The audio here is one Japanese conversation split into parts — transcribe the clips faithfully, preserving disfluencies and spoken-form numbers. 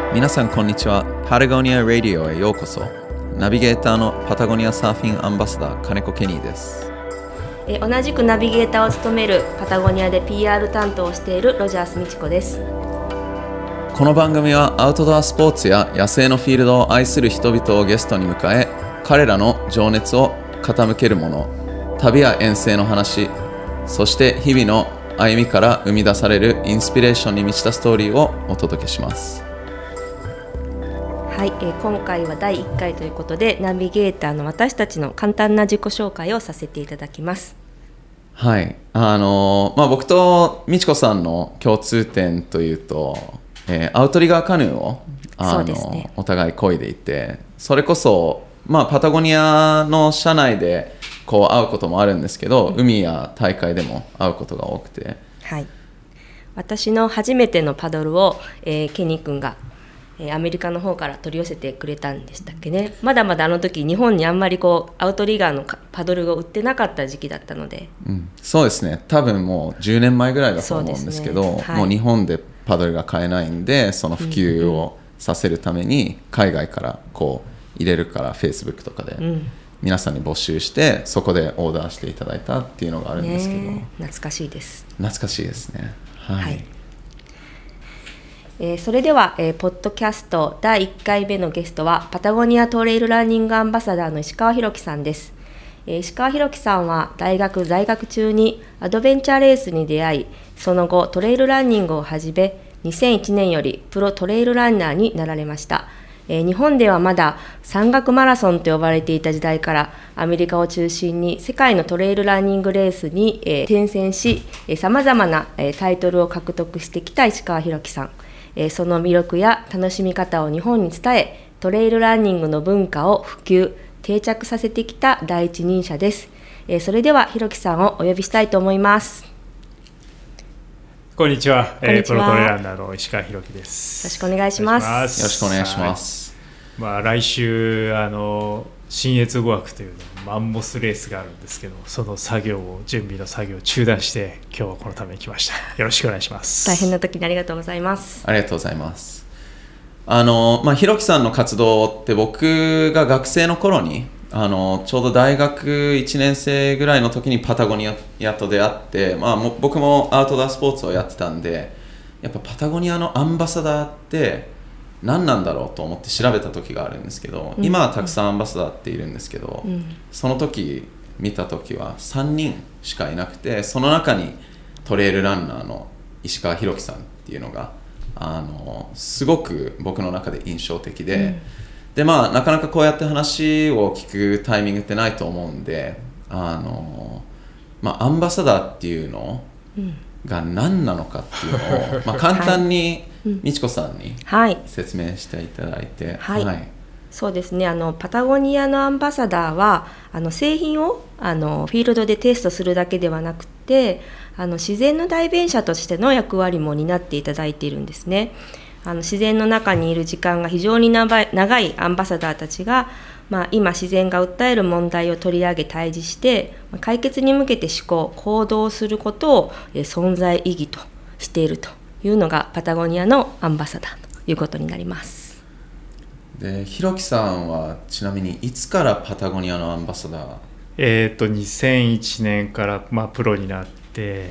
皆さんこんにちは。パタゴニアラディオへようこそ。ナビゲーターのパタゴニアサーフィンアンバサダー金子ケニーです。 え同じくナビゲーターを務めるパタゴニアで ピーアール 担当をしているロジャース美智子です。 この番組はアウトドアスポーツや野生のフィールドを愛する人々をゲストに迎え、彼らの情熱を傾けるもの、旅や遠征の話、そして日々の歩みから生み出されるインスピレーションに満ちたストーリーをお届けします。 はい、えー、今回はだいいっかいということで、ナビゲーターの私たちの簡単な自己紹介をさせていただきます。 はい、あのーまあ、僕と美智子さんの共通点というと、えー、アウトリガーカヌーをあの、ね、お互い漕いでいて、それこそ、まあ、パタゴニアの社内でこう会うこともあるんですけど、うん、海や大会でも会うことが多くて、 はい、私の初めてのパドルを、えー、ケニー君がアメリカの方から取り寄せてくれたんでしたっけね。まだまだあの時日本にあんまりこうアウトリガーのパドルを売ってなかった時期だったので、 うん、そうですね。多分もうじゅうねんまえぐらいだと思うんですけど、ね、はい、もう日本でパドルが買えないんで、その普及をさせるために海外からこう入れるから Facebook とかで皆さんに募集して、そこでオーダーしていただいたっていうのがあるんですけど、 ね、懐かしいです。 懐かしいですね。はい、はい、 えー、それでは、えー、ポッドキャストだいいっかいめのゲストはパタゴニアトレイルランニングアンバサダーの石川博樹さんです。えー、石川博樹さんは大学在学中にアドベンチャーレースに出会い、その後トレイルランニングを始め、にせんいちねんよりプロトレイルランナーになられました。えー、日本ではまだ山岳マラソンと呼ばれていた時代からアメリカを中心に世界のトレイルランニングレースに、えー、転戦し、さまざまな、えー、タイトルを獲得してきた石川博樹さん。その魅力や楽しみ方を日本に伝え、トレイルランニングの文化を普及、定着させてきた第一人者です。それではひろきさんをお呼びしたいと思います。 こんにちは、えー、プロトレランナーの石川博樹です。 よろしくお願いします。 よろしくお願いします。 まあ、来週あの信越語学というのマンモスレースがあるんですけど、その作業を準備の作業を中断して今日はこのために来ました。よろしくお願いします。 大変な時にありがとうございます。 ありがとうございます。あの、まあ、ひろきさんの活動って僕が学生の頃にあのちょうど大学いちねん生ぐらいの時にパタゴニアと出会って、まあ、も僕もアウトドアスポーツをやってたんで、やっぱパタゴニアのアンバサダーって何なんだろうと思って調べた時があるんですけど、うん、今はたくさんアンバサダーっているんですけど、うん、その時見た時はさんにんしかいなくて、その中にトレイルランナーの石川博樹さんっていうのがあのすごく僕の中で印象的で、うん、でまあなかなかこうやって話を聞くタイミングってないと思うんで、あの、まあ、アンバサダーっていうのが何なのかっていうのを、まあ、簡単に美智子さんに説明していただいて、 はいはいはい、そうですね、あのパタゴニアのアンバサダーはあの製品をあのフィールドでテストするだけではなくて、あの自然の代弁者としての役割も担っていただいているんですね。あの自然の中にいる時間が非常に長い、長いアンバサダーたちが、まあ、今自然が訴える問題を取り上げ対峙して解決に向けて思考行動することを存在意義としているというのがパタゴニアのアンバサダーということになります。 で、ひろきさんはちなみにいつからパタゴニアのアンバサダー？ えー、とにせんいちねんから、まあ、プロになって、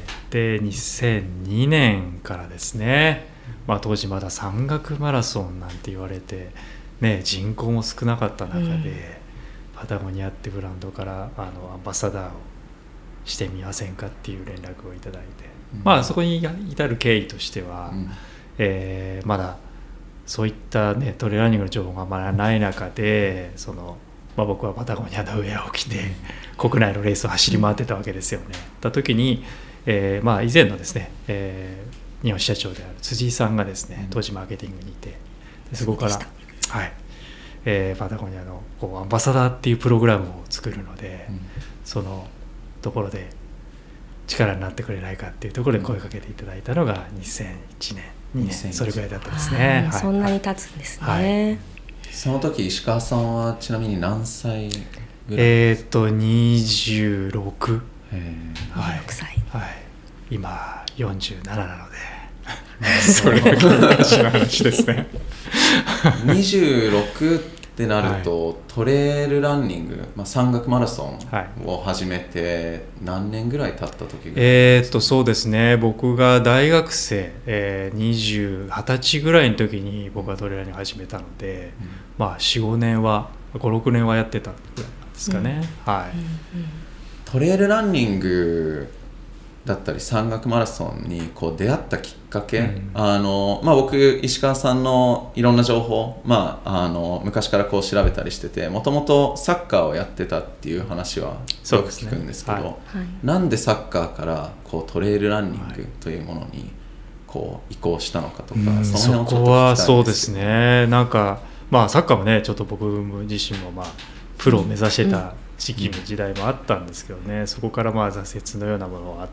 でにせんにねんからですね、まあ、当時まだ山岳マラソンなんて言われて、ね、人口も少なかった中で、うん、パタゴニアってブランドからあのアンバサダーをしてみませんかっていう連絡をいただいて、うん、まあそこに至る経緯としては、うんえー、まだそういった、ね、トレーラーニングの情報がまだない中で、その、まあ、僕はパタゴニアのウェアを着て国内のレースを走り回ってたわけですよね。た時に、えーまあ、以前のですね、えー、日本支社長である辻井さんがですね、当時マーケティングにいて、そこからはいえー、パタゴニアのこうアンバサダーっていうプログラムを作るので、うん、そのところで力になってくれないかっていうところで声かけていただいたのがにせんいちねん、にねんそれぐらいだったんですね。 はい、そんなに経つんですね。はい、 その時石川さんはちなみに何歳ぐらい？ えー、っとにじゅうろく、 はい、ろくさい、 はい、今よんじゅうなななのでそれが昔の話ですねにじゅうろくってなると、はい、トレイルランニング、まあ、山岳マラソンを始めて何年ぐらい経った時ぐらいえー、っとそうですね、僕が大学生、えー、にじゅう、はたちぐらいの時に僕はトレイルランニング始めたので、うん、まあ よん、ごねんはご、ろくねんはやってたぐらいなんですかね、うん、はい、うんうん、 トレイルランニングだったり山岳マラソンにこう出会ったきっかけ、うん、あのまあ、僕石川さんのいろんな情報、まあ、あの昔からこう調べたりしてて、もともとサッカーをやってたっていう話はよく聞くんですけど、ね、はい、なんでサッカーからこうトレイルランニングというものにこう移行したのかとか、 はい、その辺をちょっと聞きたいんですけど。そこはそうですね、なんか、まあ、サッカーもねちょっと僕自身もまあプロを目指してた時期の時代もあったんですけどね、そこからまあ挫折のようなものがあって、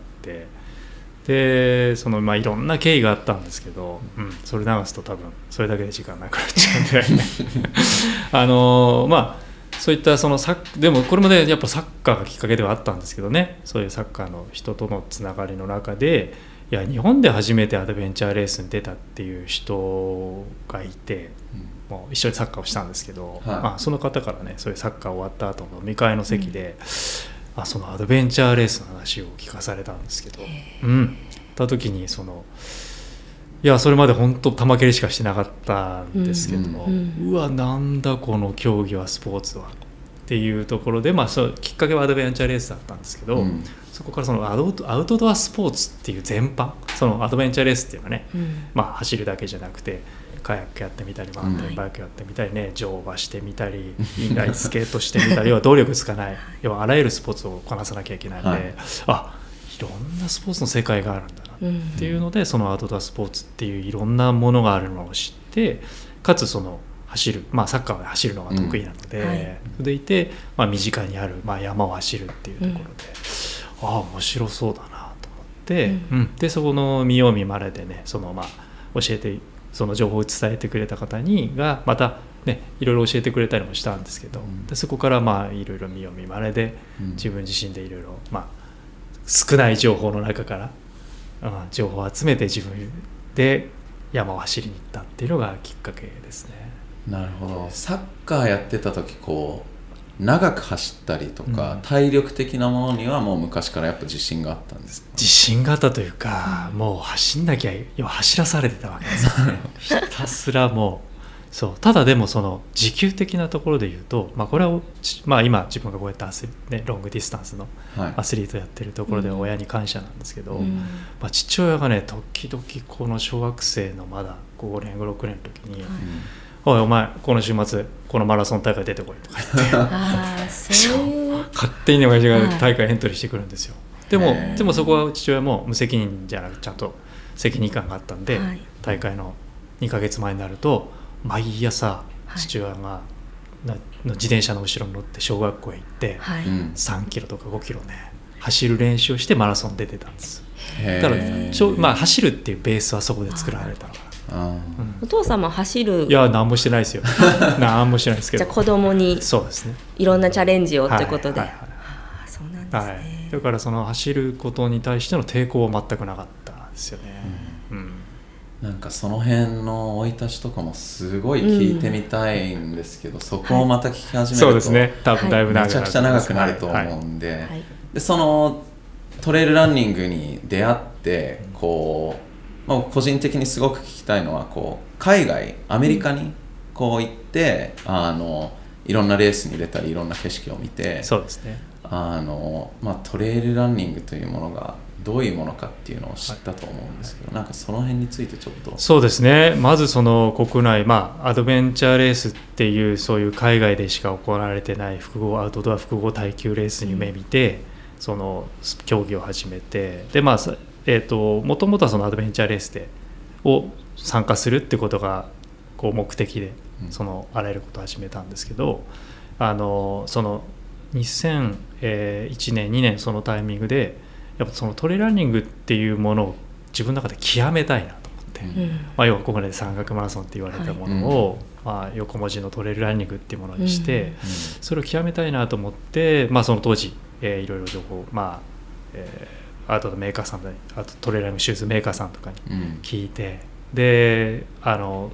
でそのまあいろんな経緯があったんですけど、うん、それ流すと多分それだけで時間なくなっちゃうんであのまあそういったそのサッでもこれもねやっぱサッカーがきっかけではあったんですけどね、そういうサッカーの人とのつながりの中で、いや日本で初めてアドベンチャーレースに出たっていう人がいて、うん、もう一緒にサッカーをしたんですけど、はい、まあ、その方からねそういうサッカー終わった後の飲み会の席で、うん、あそのアドベンチャーレースの話を聞かされたんですけど、うん、た時にそのいやそれまで本当玉蹴りしかしてなかったんですけども、うんうん、うわなんだこの競技はスポーツはっていうところで、まあ、そうきっかけはアドベンチャーレースだったんですけど、うん、そこからそのアウト、アウトドアスポーツっていう全般、そのアドベンチャーレースっていうのはね、うん、まあ、走るだけじゃなくてカヤックやってみたりマウンテンバイクやってみたりね、乗馬してみたりインラインスケートしてみたり要は動力つかない要はあらゆるスポーツをこなさなきゃいけないので、はい、あいろんなスポーツの世界があるんだなっていうので、うん、そのアウトドアスポーツっていういろんなものがあるのを知って、かつその走る、まあ、サッカーは走るのが得意なので、うん、はい、でいて、まあ、身近にある、まあ、山を走るっていうところで、うん、ああ面白そうだなと思って、うんうん、でそこの見よう見まねでねその、まあ、教えてその情報を伝えてくれた方にがまた、ね、いろいろ教えてくれたりもしたんですけど、うん、でそこからまあいろいろ見よう見まねで、うん、自分自身でいろいろ、まあ、少ない情報の中から、うん、情報を集めて自分で山を走りに行ったっていうのがきっかけですね。 なるほど。サッカーやってた時こう長く走ったりとか、うん、体力的なものにはもう昔からやっぱ自信があったんですか？ 自信があったというか、うん、もう走んなきゃ要は走らされてたわけですよひたすらもうそうただでもその持久的なところで言うと、まあ、これは、まあ、今自分がこうやってアスリ、ね、ロングディスタンスのアスリートやってるところでは親に感謝なんですけど、うん、まあ、父親がね時々この小学生のまだごねんろくねんの時に、うん、おいお前この週末このマラソン大会出てこいとか言ってあそういう勝手に親父が大会エントリーしてくるんですよ。でもでもそこは父親も無責任じゃなくちゃんと責任感があったんで、はい、大会のにかげつまえになると毎朝父親がの自転車の後ろに乗って小学校へ行って、はい、さんキロとかごキロね走る練習をしてマラソン出てたんです。だから、まあ、走るっていうベースはそこで作られたのかな。 うん、お父様走るいや何もしてないですよ何もしてないですけどじゃあ子供にそうですねいろんなチャレンジをということで、はいはいはい、あそうなんですね、はい、 だからその走ることに対しての抵抗は全くなかったですよね、うんうん、 なんかその辺の生い立ちとかもすごい聞いてみたいんですけど、うん、そこをまた聞き始めると、はい、そうですね多分だいぶ長くなる、めちゃくちゃ長くなると思うんで、はいはい、でそのトレイルランニングに出会ってこう、まあ、個人的にすごく聞きたいのはこう海外アメリカにこう行って、うん、あのいろんなレースに出たりいろんな景色を見てそうですねあの、まあ、トレイルランニングというものがどういうものかっていうのを知ったと思うんですけど、はい、なんかその辺についてちょっとそうですねまずその国内、まあ、アドベンチャーレースっていうそういう海外でしか行われてない複合アウトドア複合耐久レースに目見て、うん、その競技を始めてでまあえーと、もともとはそのアドベンチャーレースでを参加するってことがこう目的でそのあらゆることを始めたんですけど、あのそのにせんいちねんにねんそのタイミングでやっぱそのトレイルランニングっていうものを自分の中で極めたいなと思って、うんまあ、要はここまで山岳マラソンって言われたものを、はいまあ、横文字のトレイルランニングっていうものにして、うん、それを極めたいなと思って、まあ、その当時、えー、いろいろ情報まあ、えーあとメーカーさんであとトレーラーのシューズメーカーさんとかに聞いて、うん、であの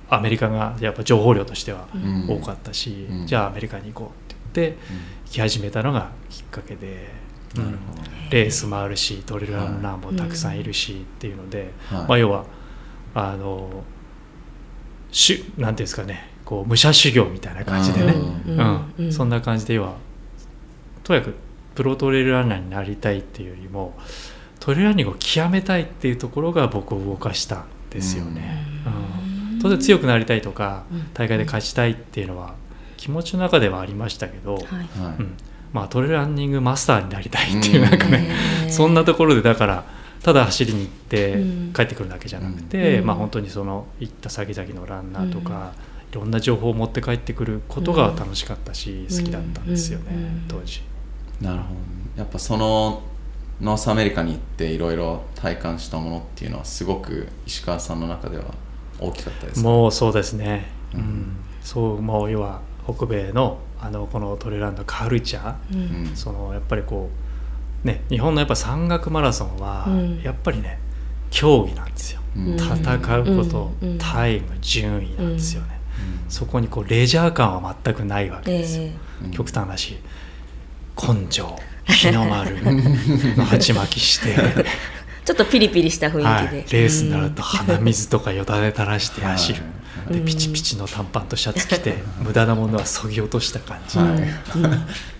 アメリカがやっぱ情報量としては多かったし、 うん、 じゃあアメリカに行こうって言って行き始めたのがきっかけで、うん、レースもあるしトレイルランナーもたくさんいるしっていうので、はい、まあ、要はあのしゅなんていうんですかね、こう武者修行みたいな感じでね、うんうん、そんな感じで要はとにかくプロトレイルランナーになりたいっていうよりもトレイルランニングを極めたいっていうところが僕を動かしたんですよね、うん、当然強くなりたいとか大会で勝ちたいっていうのは気持ちの中ではありましたけど、はい、うん、まあ、トレイルランニングマスターになりたいっていう、なんかね、そんなところでだからただ走りに行って帰ってくるだけじゃなくて、まあ、本当にその行った先々のランナーとかいろんな情報を持って帰ってくることが楽しかったし好きだったんですよね、当時。 なるほど。やっぱそのノースアメリカに行っていろいろ体感したものっていうのはすごく石川さんの中では大きかったですか？ もうそうですね、うんうん、そうもう要は北米のあのこのトレランのカルチャー、うん、そのやっぱりこうね、日本のやっぱ山岳マラソンはやっぱりね、うん、競技なんですよ、うん、戦うこと、うん、タイム順位なんですよね、うん、そこにこうレジャー感は全くないわけですよ、えー、極端だし根性日の丸の鉢巻きしてちょっとピリピリした雰囲気で、はい、レースになると鼻水とかよだれ垂らして走る、うん、でピチピチの短パンとシャツ着て、うん、無駄なものはそぎ落とした感じ、うん、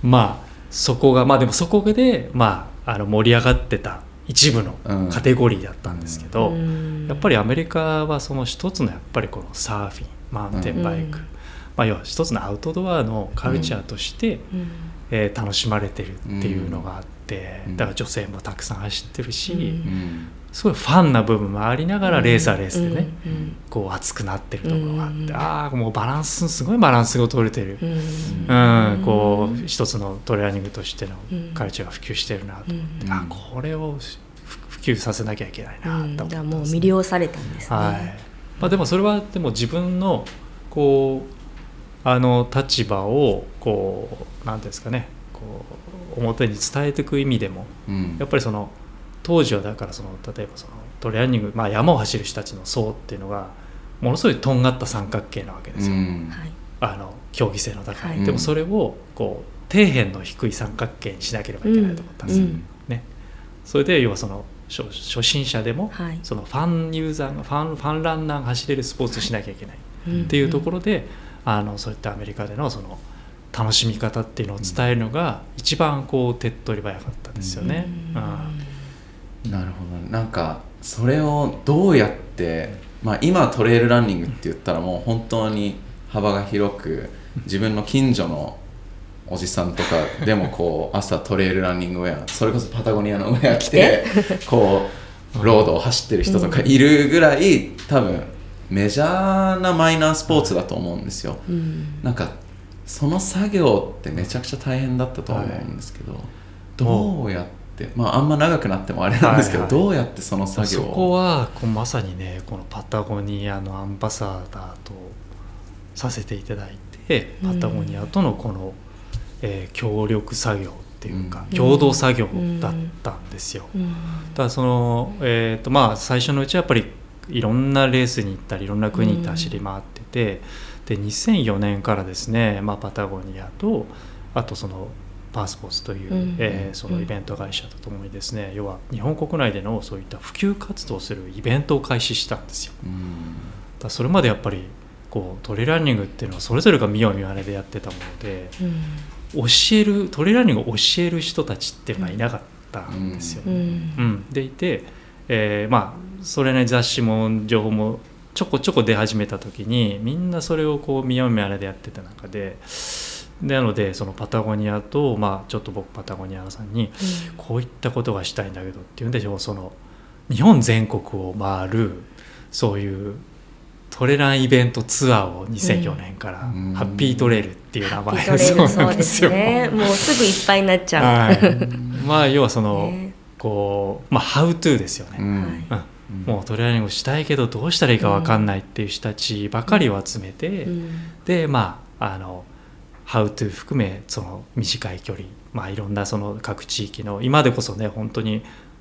まあそこがまあでもそこで、まあ、あの盛り上がってた一部のカテゴリーだったんですけど、うん、やっぱりアメリカはその一つのやっぱりこのサーフィンマウンテンバイク、うん、まあ、要は一つのアウトドアのカルチャーとして、うん、えー、楽しまれてるっていうのがあって、うん、だから女性もたくさん走ってるし、うん、すごいファンな部分もありながらレーサーレースでね、うん、こう熱くなってるところがあって、うん、ああもうバランスすごいバランスが取れてる、うんうん、こう一つのトレーニングとしてのカルチャーが普及してるなと思って、うん、あこれを普及させなきゃいけないなと思って、うん、 じゃあもう魅了されたんですね、はい、 まあ、でもそれはでも自分のこうあの立場をこうなんていうんですかね、こう表に伝えていく意味でも、うん、やっぱりその当時はだからその例えばそのトレーニング、まあ、山を走る人たちの層っていうのがものすごいとんがった三角形なわけですよ、うん、あの競技性の高い、はい、でもそれをこう底辺の低い三角形にしなければいけないと思ったんですよ、うん、ね、それで要はその 初, 初心者でも、はい、そのファンユーザーがファン、ファンランナーが走れるスポーツをしなきゃいけないっていうところで、はい、あのそういったアメリカでのその楽しみ方っていうのを伝えるのが一番こう手っ取り早かったですよね、うんうん、なるほど。なんかそれをどうやって、まあ、今トレイルランニングって言ったらもう本当に幅が広く自分の近所のおじさんとかでもこう朝トレイルランニングウェアそれこそパタゴニアのウェア着てこうロードを走ってる人とかいるぐらい多分メジャーなマイナースポーツだと思うんですよ、うん、なんかその作業ってめちゃくちゃ大変だったと思うんですけど、はい、どうやって、まあ、あんま長くなってもあれなんですけど、はいはい、どうやってその作業をそこはこうまさにねこのパタゴニアのアンバサダーとさせていただいてパタゴニアとのこの、えー、協力作業っていうか、うん、共同作業だったんですよ、うん、だからその、えーとまあ、最初のうちはやっぱりいろんなレースに行ったりいろんな国に行って走り回ってて、うん、でにせんよねんからですね、まあ、パタゴニアとあとそのパースポーツという、うんえー、そのイベント会社とともにですね、うん、要は日本国内でのそういった普及活動をするイベントを開始したんですよ、うん、だそれまでやっぱりこうトレイルランニングっていうのはそれぞれが見よう見まねでやってたもので、うん、教えるトレイルランニングを教える人たちっていうのはいなかったんですよ、うんうん、でいて、えー、まあそれね雑誌も情報もちょこちょこ出始めた時にみんなそれをこう見よう見まねでやってた中でなのでそのパタゴニアと、まあ、ちょっと僕パタゴニアさんにこういったことがしたいんだけどっていうんでその日本全国を回るそういうトレランイベントツアーをにせんよねんからハッピートレイルっていう名前がそうなんですよ。もうすぐいっぱいになっちゃう、はい、 まあ要はその、ね、こうまあハウトゥーですよね、うんうん、もうトレーニングをしたいけどどうしたらいいか分かんないっていう人たちばかりを集めて、うん、でまああのハウトゥー含めその短い距離、まあ、いろんなその各地域の今でこそね本当に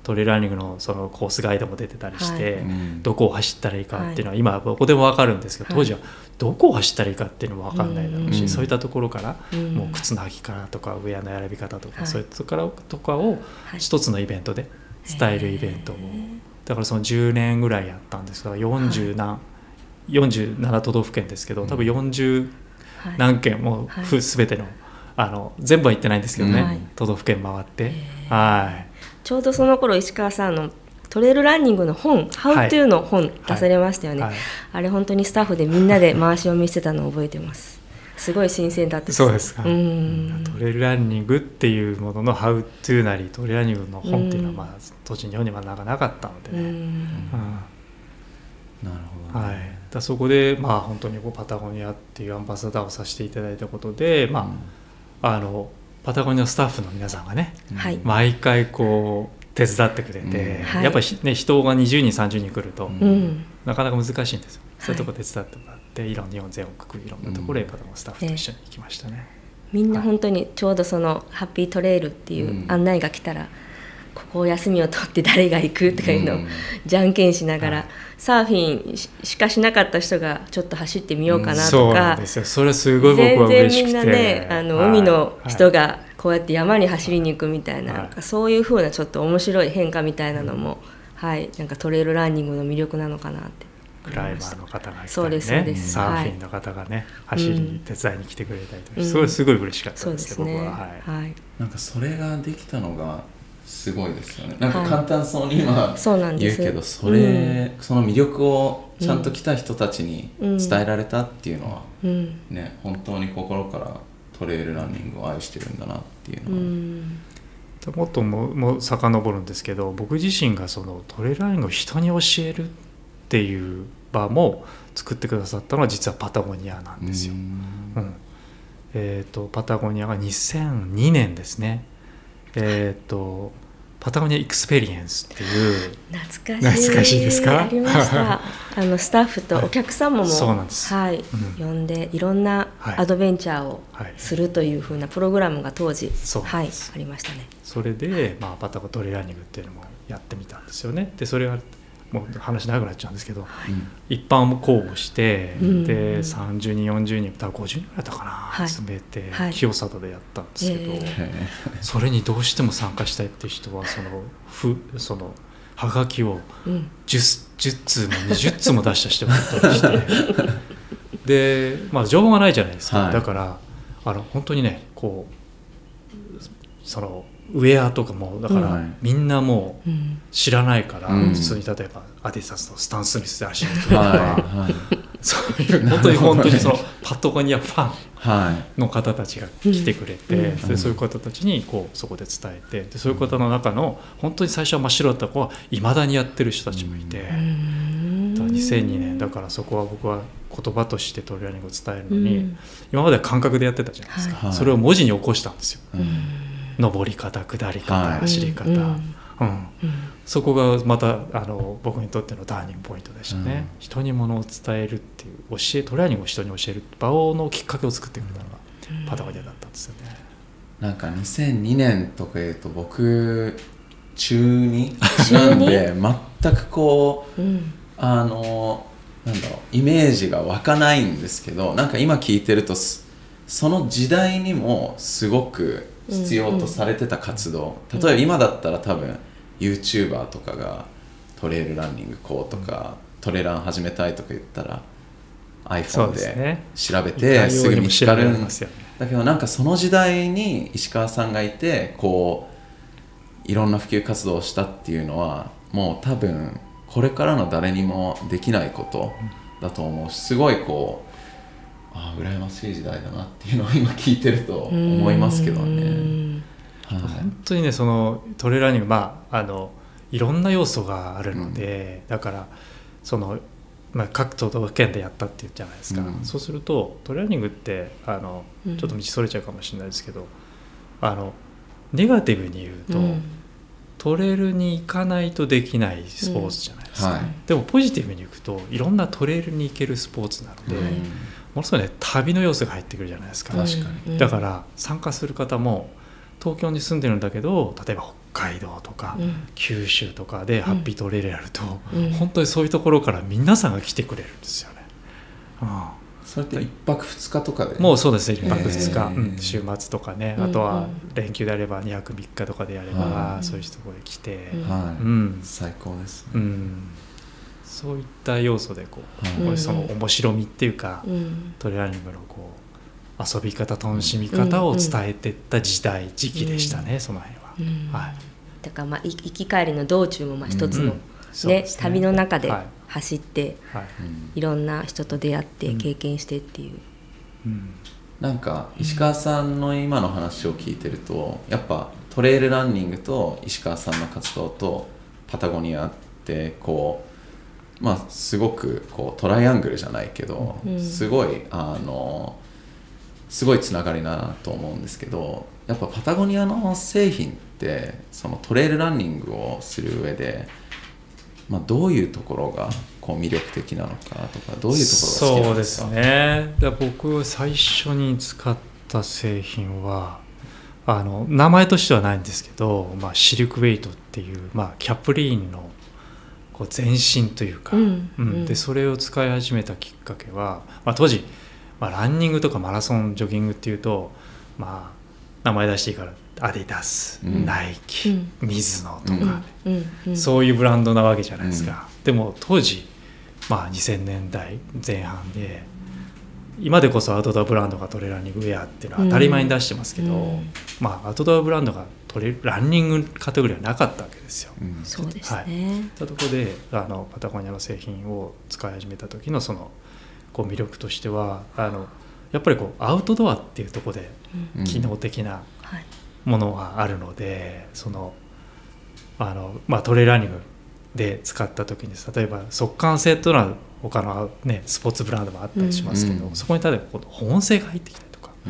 トレイルランニングのそのコースガイドも出てたりして、 はい、 どこを走ったらいいかっていうのは今どこでも分かるんですけど、当時はどこを走ったらいいかっていうのも分かんないだろうし、 うん、 そういったところからうん、 もう靴の履き方とかウェアの選び方とか、 はい、 そういったところとかを一つのイベントで伝えるイベントを、だからそのじゅうねんぐらいやったんですが、よんじゅう何、はい、よんじゅうなな都道府県ですけど、多分よんじゅう何県もう全ての、あの全部は行ってないんですけどね、はい、都道府県回って、はい、 ちょうどその頃石川さんのトレイルランニングの本、How to の本出されましたよね、はいはい、あれ本当にスタッフでみんなで回し読みしてたのを覚えてます。すごい新鮮だったです。 そうですか。 うん、 トレイルランニングっていうものの How to なりトレイルランニングの本っていうのは、まあ、当時日本にはなかなかったのでね、うんうん、 なるほど、ね、 はい、だそこで、まあ、本当にこうパタゴニアっていうアンバサダーをさせていただいたことで、まあうんあのパタゴニアのスタッフの皆さんがね、はい、毎回こう手伝ってくれて、うん、やっぱり、ね、人がにじゅうにんさんじゅうにん来ると、うん、なかなか難しいんですよ、はい、そういうところ手伝ってもらっていろんな日本全国いろんなところへパタゴニアスタッフと一緒に行きましたね、 うん、みんな本当にちょうどそのハッピートレイルっていう案内が来たら、うん、ここを休みを取って誰が行くとかいうのをじゃんけんしながら、うん、サーフィンしかしなかった人がちょっと走ってみようかなとか、うん、そうなんですよ。 それすごい僕は嬉しくて、 全然みんなね、あの海の人がこうやって山に走りに行くみたいな、はい、なんかそういう風なちょっと面白い変化みたいなのも、うん、はい、なんかトレイルランニングの魅力なのかなってクライマーの方が来たりね、 そうですそうです、 サーフィンの方がね、はい、走りに手伝いに来てくれたりとか、うん、すごいすごい嬉しかったですけど、うん、僕は、はいはい、 なんかそれができたのがすごいですよね。なんか簡単そうに今言うけど、それ、うん、その魅力をちゃんと来た人たちに伝えられたっていうのは、うんね、本当に心からトレイルランニングを愛してるんだなっていうのは、うん、 もっともも遡るんですけど、僕自身がそのトレイルランニングを人に教えるっていう場も作ってくださったのは実はパタゴニアなんですよ。うんうんえー、とパタゴニアがにせんにねんですね。えー、とパタゴニアエクスペリエンスっていう懐かしい懐かしいですか？ ありましたあのスタッフとお客様も、はい、 そうなんです、 はいうん、呼んでいろんなアドベンチャーをするというふうなプログラムが当時、はい、ありましたね。 それで、まあ、パタゴトレーランニングっていうのもやってみたんですよね。でそれはもう話長くなっちゃうんですけど、はい、一般も公募して、うん、でさんじゅうにんよんじゅうにん多分ごじゅうにんぐらいだったかな、はい、集めて、はい、清里でやったんですけど、えー、それにどうしても参加したいっていう人はそのふそのはがきを 10, 10通もにじゅっつも出した人がいたりしてで、まあ、情報がないじゃないですか、はい、だからあの本当にねこうそのウェアとかもだから、うん、みんなもう知らないから、うん、普通に例えばアディダスのスタン・スミスで走るとか、はいはい、そういう本当に本当にそのパタゴニアファンの方たちが来てくれて、はい、でそういう方たちにこうそこで伝えてでそういう方の中の本当に最初は真っ白だった子はいまだにやってる人たちもいて、うん、だからにせんにねんだからそこは僕は言葉としてトレーニングを伝えるのに、うん、今までは感覚でやってたじゃないですか、はい、それを文字に起こしたんですよ、うん登り方下り方、はい、走り方、うんうんうん、そこがまたあの僕にとってのターニングポイントでしたね、うん、人にものを伝えるっていう教えトレーニングを人に教える場のきっかけを作ってくれたのがパタゴニアだったんですよね。 なんかにせんにねんとかいうと僕中になんで全くこう、うん、あのなんだろうイメージが湧かないんですけどなんか今聞いてるとその時代にもすごく必要とされてた活動、うんうん、例えば今だったら多分 YouTuber とかがトレイルランニングこうとか、うん、トレラン始めたいとか言ったら iPhone で調べてすぐに見つかるんですよ、ね、だけどなんかその時代に石川さんがいてこういろんな普及活動をしたっていうのはもう多分これからの誰にもできないことだと思うしすごいこうああ羨ましい時代だなっていうのを今聞いてると思いますけどね、 はい、本当にねそのトレーラーニング、まあ、あのいろんな要素があるので、うん、だからその、まあ、各都道府県でやったって言うじゃないですか、うん、そうするとトレーラーニングってあのちょっと道それちゃうかもしれないですけど、うん、あのネガティブに言うと、うん、トレイルに行かないとできないスポーツじゃないですか、うんはい、でもポジティブに行くといろんなトレイルに行けるスポーツなので、うんものすごいね旅の要素が入ってくるじゃないですか。 確かに。 だから参加する方も東京に住んでるんだけど例えば海道とか、 うん、 九州とかでハッピートレイルやると、 うん、 本当にそういうところから皆さんが来てくれるんですよね、うん、 それっていっぱくふつかとかでもうそうですね、いっぱくふつか、 えーうん、週末とかね、 うんうん、 あとは連休であればにはくみっかとかでやれば、 うん、 そういう人が来て、 うんはい、 うん、 最高ですね、 うん、そういった要素でこう、 はい、 その面白みっていうか、 うん、 トレーラーニングのこう遊び方楽しみ方を伝えていった時代、時期でしたね、その辺は、 うん、 はい、 だからまあ行き帰りの道中もまあ一つの、 うんね、 ね、 旅の中ではい走って、 はい、 いろんな人と出会ってうん経験してっていう、 うん、 なんか石川さんの今の話を聞いてるとやっぱトレイルランニングと石川さんの活動とパタゴニアってこうまあすごくこうトライアングルじゃないけど、 うん、 すごいあのすごいつながりだなと思うんですけど、やっぱパタゴニアの製品ってそのトレイルランニングをする上で、まあ、どういうところがこう魅力的なのかとか、どういうところが好きなんですか？ そうですね。だ僕最初に使った製品はあの名前としてはないんですけど、まあ、シルクウェイトっていう、まあ、キャプリーンのこう前身というか、 うんうん、 でそれを使い始めたきっかけは、まあ、当時、まあ、ランニングとかマラソンジョギングっていうと、まあ、名前出していいからアディダス、うん、ナイキ、うん、ミズノとか、 うんうん、 そういうブランドなわけじゃないですか、うん、でも当時、まあ、にせんねんだいぜん半で今でこそアウトドアブランドがトレーランニングウェアっていうのは当たり前に出してますけど、うん、まあ、アウトドアブランドがトレランニングカテゴリーはなかったわけですよ、 うん、そうですね、 はい、そういったところであのパタゴニアの製品を使い始めた時のそのこう魅力としてはあのやっぱりこうアウトドアっていうところで機能的なものがあるので、うん、そのあの、まあ、トレーランニングで使った時に例えば速乾性というのは他の、ね、スポーツブランドもあったりしますけど、うん、そこに例えばこう保温性が入ってきたりとか、うん、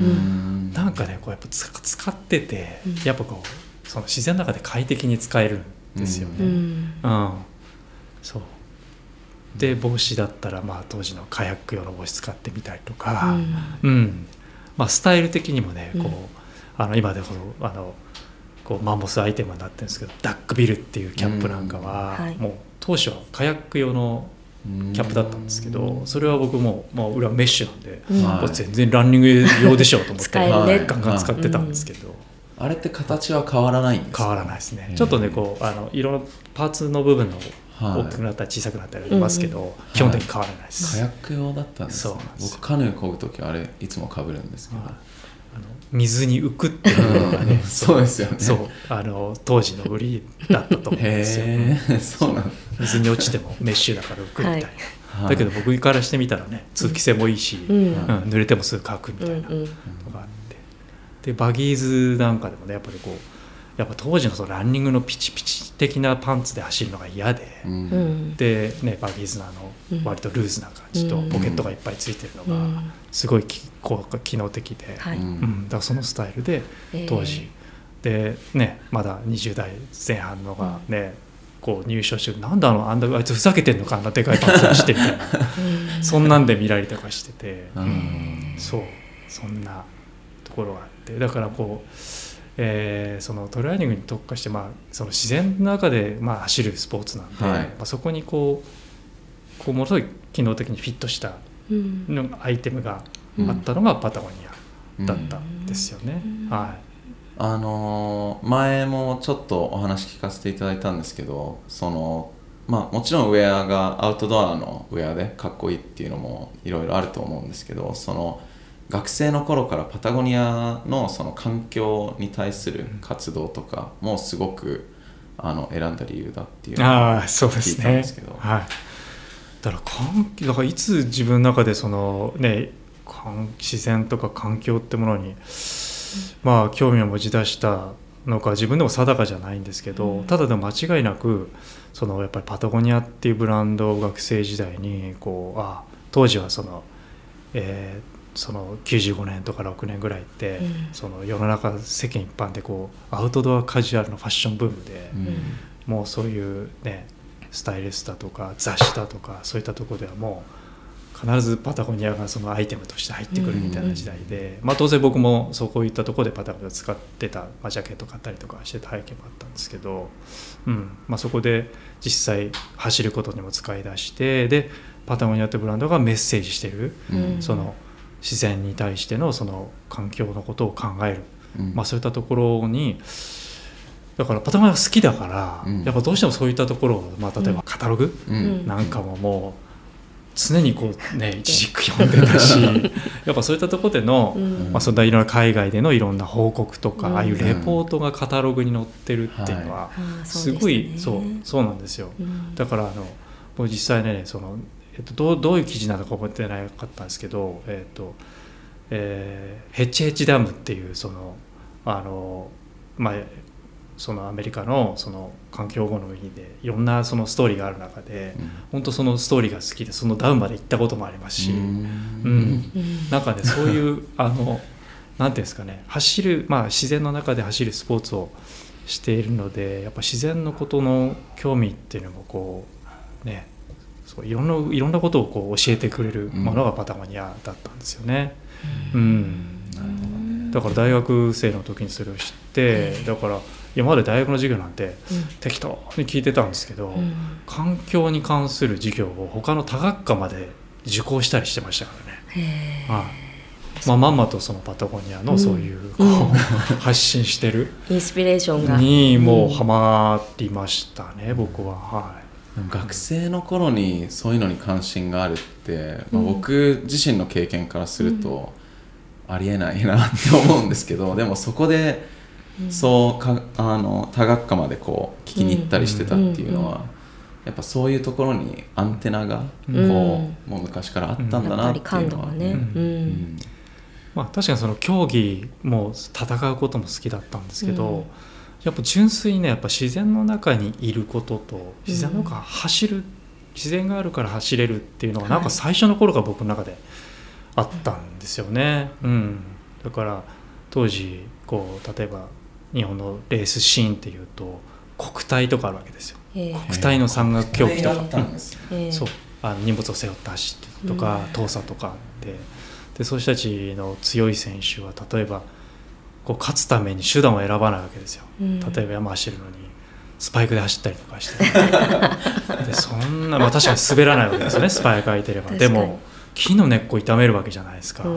なんかねこうやっぱ使ってて、うん、やっぱこうその自然の中で快適に使えるんですよね、うんうん、そうで帽子だったら、まあ、当時のカヤック用の帽子使ってみたりとか、うんうん、まあ、スタイル的にもねこう、うん、あの今でこのあのこうマンモスアイテムになってるんですけどダックビルっていうキャップなんかは、うんはい、もう当初はカヤック用のキャップだったんですけど、それは僕も、まあ、裏メッシュなんで、うん、全然ランニング用でしょうと思って使える、ね、 ガンガン使ってたんですけど、 うん、あれって形は変わらないんですか？ 変わらないですね、ちょっとねこうあの色のパーツの部分の大きくなったり小さくなったりありますけど、はい、基本的に変わらないです、 はい、カヤック用だったんですね。僕カヌー漕ぐときあれいつも被るんですけど、はい、 あの水に浮くっていうのがねそうですよね。 そうあの当時の売りだったと思うんですよ。 へー、そうなん水に落ちてもメッシュだから浮くみたいな、はい、だけど僕からしてみたらね通気性もいいし、うんうん、濡れてもすぐ乾くみたいなのがあって、でバギーズなんかでもねやっぱりこうやっぱ当時のそのランニングのピチピチ的なパンツで走るのが嫌で、うん、で、ね、バギーズのあの割とルーズな感じとポケットがいっぱいついてるのがすごいこう機能的で、うん、だからそのスタイルで当時、えー、で、ね、まだにじゅうだいぜん半のがね、こう入賞してなんであのあんなあいつふざけてんのかあんなでかいパンツにしてみたいなそんなんで見られたりとかしてて、うん、そうそんなところがあって、だからこうえー、そのトレーランニングに特化して、まあ、その自然の中で、まあ、走るスポーツなんで、はい、まあ、そこにこう、こうものすごい機能的にフィットしたのアイテムがあったのがパタゴニアだったんですよね、うんうん、はい、 あのー、前もちょっとお話聞かせていただいたんですけど、その、まあ、もちろんウェアがアウトドアのウェアでかっこいいっていうのもいろいろあると思うんですけど、その学生の頃からパタゴニア の, その環境に対する活動とかもすごくあの選んだ理由だっていうのを聞いたんですけど、 はい、だからだからいつ自分の中でその、ね、自然とか環境ってものに、まあ、興味を持ち出したのか自分でも定かじゃないんですけど、うん、ただでも間違いなくそのやっぱりパタゴニアっていうブランドを学生時代にこうあ当時はその、えーそのきゅうじゅうごねんとかろくねんぐらいって、うん、その世の中世間一般でこうアウトドアカジュアルのファッションブームで、うん、もうそういうねスタイリストだとか雑誌だとかそういったところではもう必ずパタゴニアがそのアイテムとして入ってくるみたいな時代で、まあ、当然僕もそこ行ったところでパタゴニア使ってた、まあ、ジャケット買ったりとかしてた背景もあったんですけど、うんまあ、そこで実際走ることにも使い出して、でパタゴニアってブランドがメッセージしてる、うん、その自然に対してのその環境のことを考える、うんまあ、そういったところにだからパタゴニアが好きだから、うん、やっぱどうしてもそういったところを、まあ、例えばカタログ、うん、なんかももう常にこうね一軸読んでたしやっぱそういったところでの、うんまあ、そんないろんな海外でのいろんな報告とか、うん、ああいうレポートがカタログに載ってるっていうのはすごい、はい、そうそうなんですよ、うん、だからあの僕実際ねその、えっと、どう、どういう記事なのか覚えてなかったんですけど、えっとえー、ヘッチヘッチダムっていうそのあのまあそのアメリカ の, その環境保護の意味でいろんなそのストーリーがある中で、うん、本当そのストーリーが好きでそのダウンまで行ったこともありますし、うんうん、なんかねそういうあのなんていうんですかね走る、まあ、自然の中で走るスポーツをしているのでやっぱ自然のことの興味っていうのもこうねそういろんな、いろんなことをこう教えてくれるものがパタゴニアだったんですよね、うんうん、なるほどね。だから大学生の時にそれを知ってだから今まで大学の授業なんて適当に聞いてたんですけど、うん、環境に関する授業を他の多学科まで受講したりしてましたからね。へー、はいまあ、まんまとそのパタゴニアのそういうこう、うん、発信してるインスピレーションがにもうハマりましたね、うん、僕は、はい、 学生の頃にそういうのに関心があるって、まあ、僕自身の経験からするとありえないなって思うんですけど、でもそこでそうかあの多学科までこう聞きに行ったりしてたっていうのは、やっぱそういうところにアンテナがこう、うん、もう昔からあったんだなっていうのは、 ねうんうんまあ、確かにその競技も戦うことも好きだったんですけど、うん、やっぱ純粋にねやっぱ自然の中にいることと自然の中走る、うん、自然があるから走れるっていうのがなんか最初の頃から僕の中であったんですよね、うんうん、だから当時こう例えば日本のレースシーンっていうと国体とかあるわけですよ、えー、国体の山岳競技とか、えー、そうあの荷物を背負って走ってとか、うん、遠さとかで、でそういう人たちの強い選手は例えばこう勝つために手段を選ばないわけですよ、うん、例えば山走るのにスパイクで走ったりとかしてでそんな、まあ、確かに滑らないわけですよねスパイク履いてれば。でも木の根っこ傷めるわけじゃないですか、うん、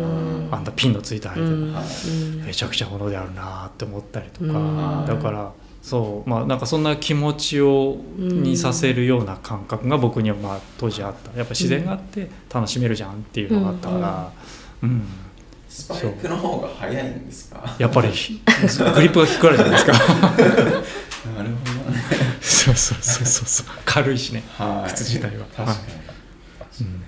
あんたピンのついた履いてる、うん、めちゃくちゃものであるなって思ったりとか、うん、だからそうまあなんかそんな気持ちをにさせるような感覚が僕にはまあ当時あった。やっぱ自然があって楽しめるじゃんっていうのがあったから、うんうん、 スパイクの方が速いんですか？ やっぱりグリップが効くからじゃないですかなるほどねそうそうそうそう軽いしね、はい、靴自体は確かに、はいうん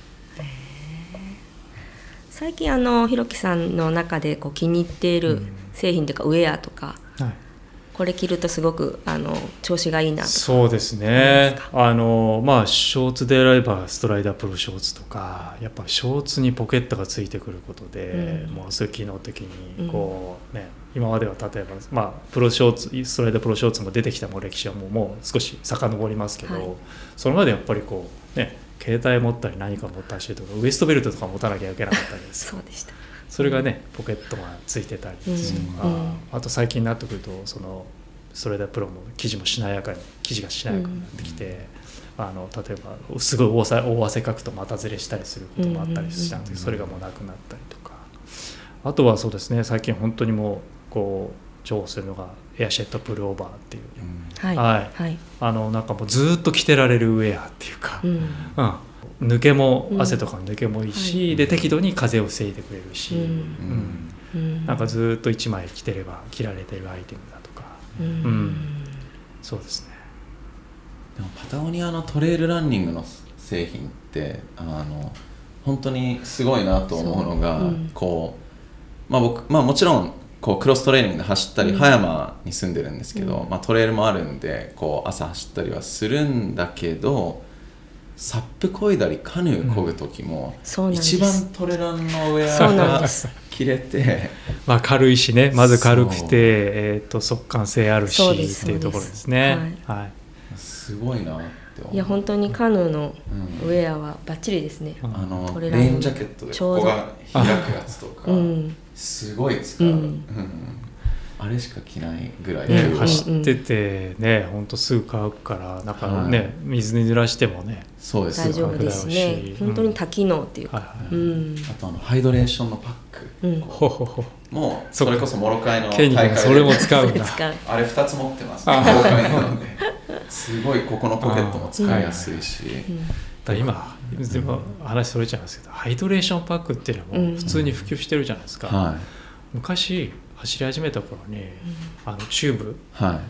最近あのひろきさんの中でこう気に入っている製品というかウェアとか、うんはい、これ着るとすごくあの調子がいいなとか。 そうですねあの、まあ、ショーツであればストライダープロショーツとかやっぱショーツにポケットがついてくることで、うん、もうすごい機能的にこう、ねうん、今までは例えば、まあ、プロショーツストライダープロショーツも出てきたも歴史はもう、もう少し遡りますけど、はい、それまでやっぱりこうね携帯持ったり何か持ったりしてとかウエストベルトとか持たなきゃいけなかったりですそうでした。 それがねポケットがついてたりですとか、うん、あと最近になってくるとそのストライダープロも生地もしなやかに生地がしなやかになってきて、うん、あの例えばすごい 大, 大汗かくと股ずれしたりすることもあったりしたんですけど、それがもうなくなったりとか、あとはそうですね最近本当にもうこう重宝するのがエアシェットプルオーバーっていう、うんはいはいはい、あのなんかもうずっと着てられるウェアっていうか、うんうん、抜けも汗とかの抜けもいいし、うん、で適度に風を防いでくれるし、うんうん、なんかずっといちまい着てれば着られてるアイテムだとか、うんうん、そうですね。 でもパタゴニアのトレイルランニングの製品ってあの本当にすごいなと思うのが、うん、こう、まあ僕まあ、もちろんこうクロストレーニングで走ったり、うん、葉山に住んでるんですけど、うんまあ、トレイルもあるんでこう朝走ったりはするんだけどサップ漕いだりカヌー漕ぐ時も、うん、一番トレランのウェアが着れてまあ軽いしねまず軽くて、えー、と速乾性あるしっていうところですね。 はいはい、すごいなってって思う。 いや本当にカヌーのウェアはバッチリですね、 うん、あのトレレインジャケットでここが開くやつとか、うん、すごい使う、うんうん、あれしか着ないぐらい、 ね、走っててね、ほんとすぐ乾くからなんかね、はい、水に濡らしてもね、 そうです大丈夫ですね。本当に多機能っていうか、 うん、あとあのハイドレーションのパック、うん、もうそれこそモロカイの大会でそれも使うんだあれふたつ持ってます、ね、モロカイなのですごいここのポケットも使いやすいし、うん、 だ今でも話それちゃいますけど、ハイドレーションパックっていうのも普通に普及してるじゃないですか、うんはい、昔走り始めた頃に、うん、あのチューブ、はい、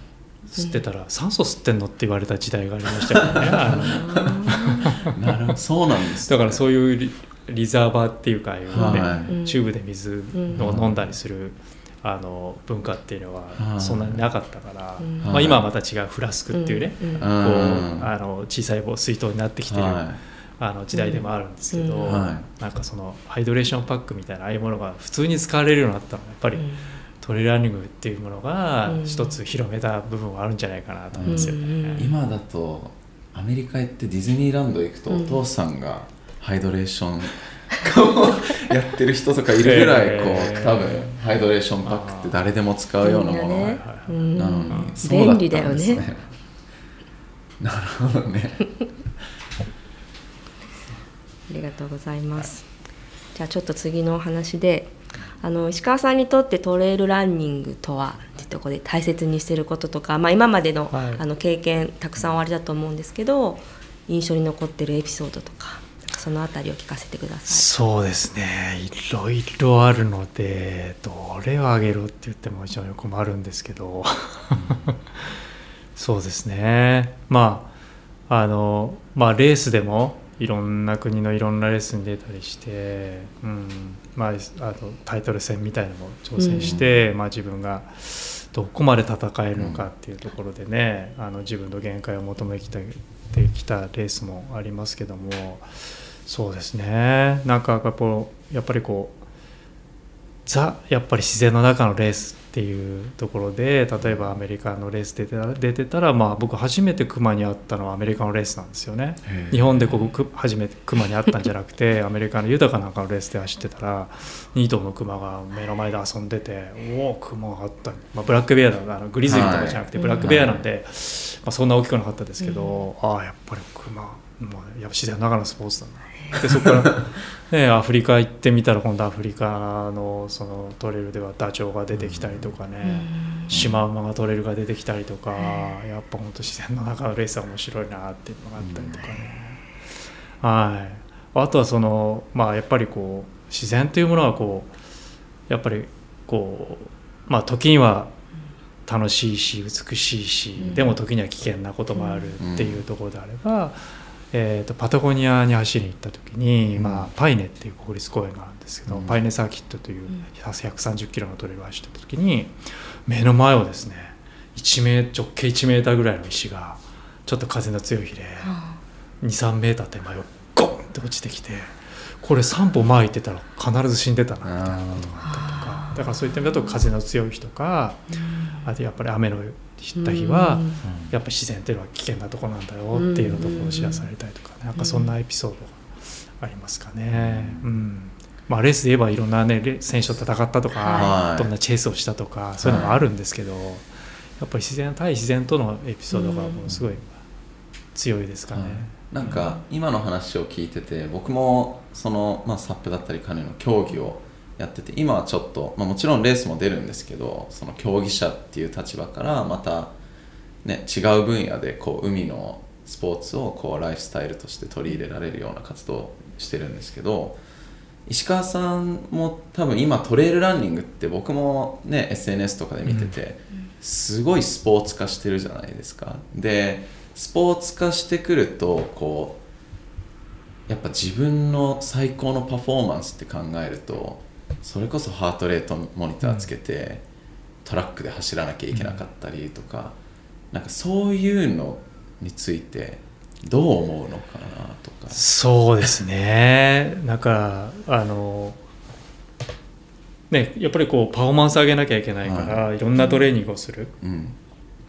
吸ってたら、うん、酸素吸ってんのって言われた時代がありましたよねなるほど、そうなんです、 ね、だからそういうリ、リザーバーっていうか、ねはい、チューブで水を飲んだりする、うん、あの文化っていうのはそんなになかったから、うんまあ、今はまた違うフラスクっていうね、うん、こうあの小さい水筒になってきてる、はい、あの時代でもあるんですけど、うんはい、なんかそのハイドレーションパックみたいなああいうものが普通に使われるようになったのはやっぱり、うんトレーラーニングっていうものが一つ広めた部分はあるんじゃないかなと思うんですよね、うんうん、今だとアメリカ行ってディズニーランド行くとお父さんがハイドレーションやってる人とかいるぐらいこう多分ハイドレーションパックって誰でも使うようなものなのにそうだったんですね。なるほどねありがとうございます。じゃあちょっと次のお話であの石川さんにとってトレイルランニングとはっていうところで大切にしていることとか、まあ、今まで の,、はい、あの経験たくさんおありだと思うんですけど印象に残っているエピソードとか、なんかそのあたりを聞かせてください。 そうですね、いろいろあるのでどれをあげるって言っても非常に困るんですけどそうですね、まああのまあレースでもいろんな国のいろんなレースに出たりして、うんまあ、あのタイトル戦みたいなのも挑戦して、うんまあ、自分がどこまで戦えるのかっていうところでね、うん、あの自分の限界を求めてきたレースもありますけども、そうですね、なんかこうやっぱりこうザやっぱり自然の中のレースっていうところで、例えばアメリカのレース出てた、出てたら、まあ、僕初めてクマに会ったのはアメリカのレースなんですよね。日本でここ初めてクマに会ったんじゃなくてアメリカの豊かなんかのレースで走ってたらに頭のクマが目の前で遊んでて、おおクマがあった、まあ、ブラックベアだ、あのグリズリーとかじゃなくてブラックベアなんで、はいまあ、そんな大きくなかったですけど、うん、ああやっぱりクマ、まあ、やっぱ自然の中のスポーツだなでそこから、ね、アフリカ行ってみたら今度アフリカ の, そのトレイルではダチョウが出てきたりとかね、うん、シマウマがトレイルが出てきたりとか、うん、やっぱ本当自然の中のレースは面白いなっていうのがあったりとかね、うん、はいあとはその、まあ、やっぱりこう自然というものはこうやっぱりこう、まあ、時には楽しいし美しいし、うん、でも時には危険なこともあるっていうところであれば、うんえー、とパタゴニアに走りに行った時に、うんまあ、パイネっていう国立公園があるんですけど、うん、パイネサーキットというひゃくさんじゅっキロのトレイルを走った時に目の前をですねいちメー直径いちメーターぐらいの石がちょっと風の強い日でにさんメーター手前をゴンって落ちてきて、これさん歩前行ってたら必ず死んでたなみたいなことがあったりとか、だからそういった意味だと風の強い日とか、あとやっぱり雨の降った日はやっぱり自然っていうのは危険なところなんだよっていうのところを知らされたりとか、ね、なんかそんなエピソードがありますかね、うんまあ、レースで言えばいろんな、ね、選手と戦ったとか、はい、どんなチェイスをしたとかそういうのもあるんですけど、はい、やっぱり自然対自然とのエピソードがものすごい強いですかね、はいなんか今の話を聞いてて僕もその、まあ、サップだったりカヌーの競技をやってて今はちょっと、まあ、もちろんレースも出るんですけどその競技者っていう立場からまた、ね、違う分野でこう海のスポーツをこうライフスタイルとして取り入れられるような活動をしてるんですけど、石川さんも多分今トレイルランニングって僕もね エスエヌエス とかで見ててすごいスポーツ化してるじゃないですか。でスポーツ化してくるとこうやっぱ自分の最高のパフォーマンスって考えるとそれこそハートレートモニターつけてトラックで走らなきゃいけなかったりとか、なんかそういうのについてどう思うのかなとか。 そうですね、なんかあのねやっぱりこうパフォーマンス上げなきゃいけないから、はい、いろんなトレーニングをする、うん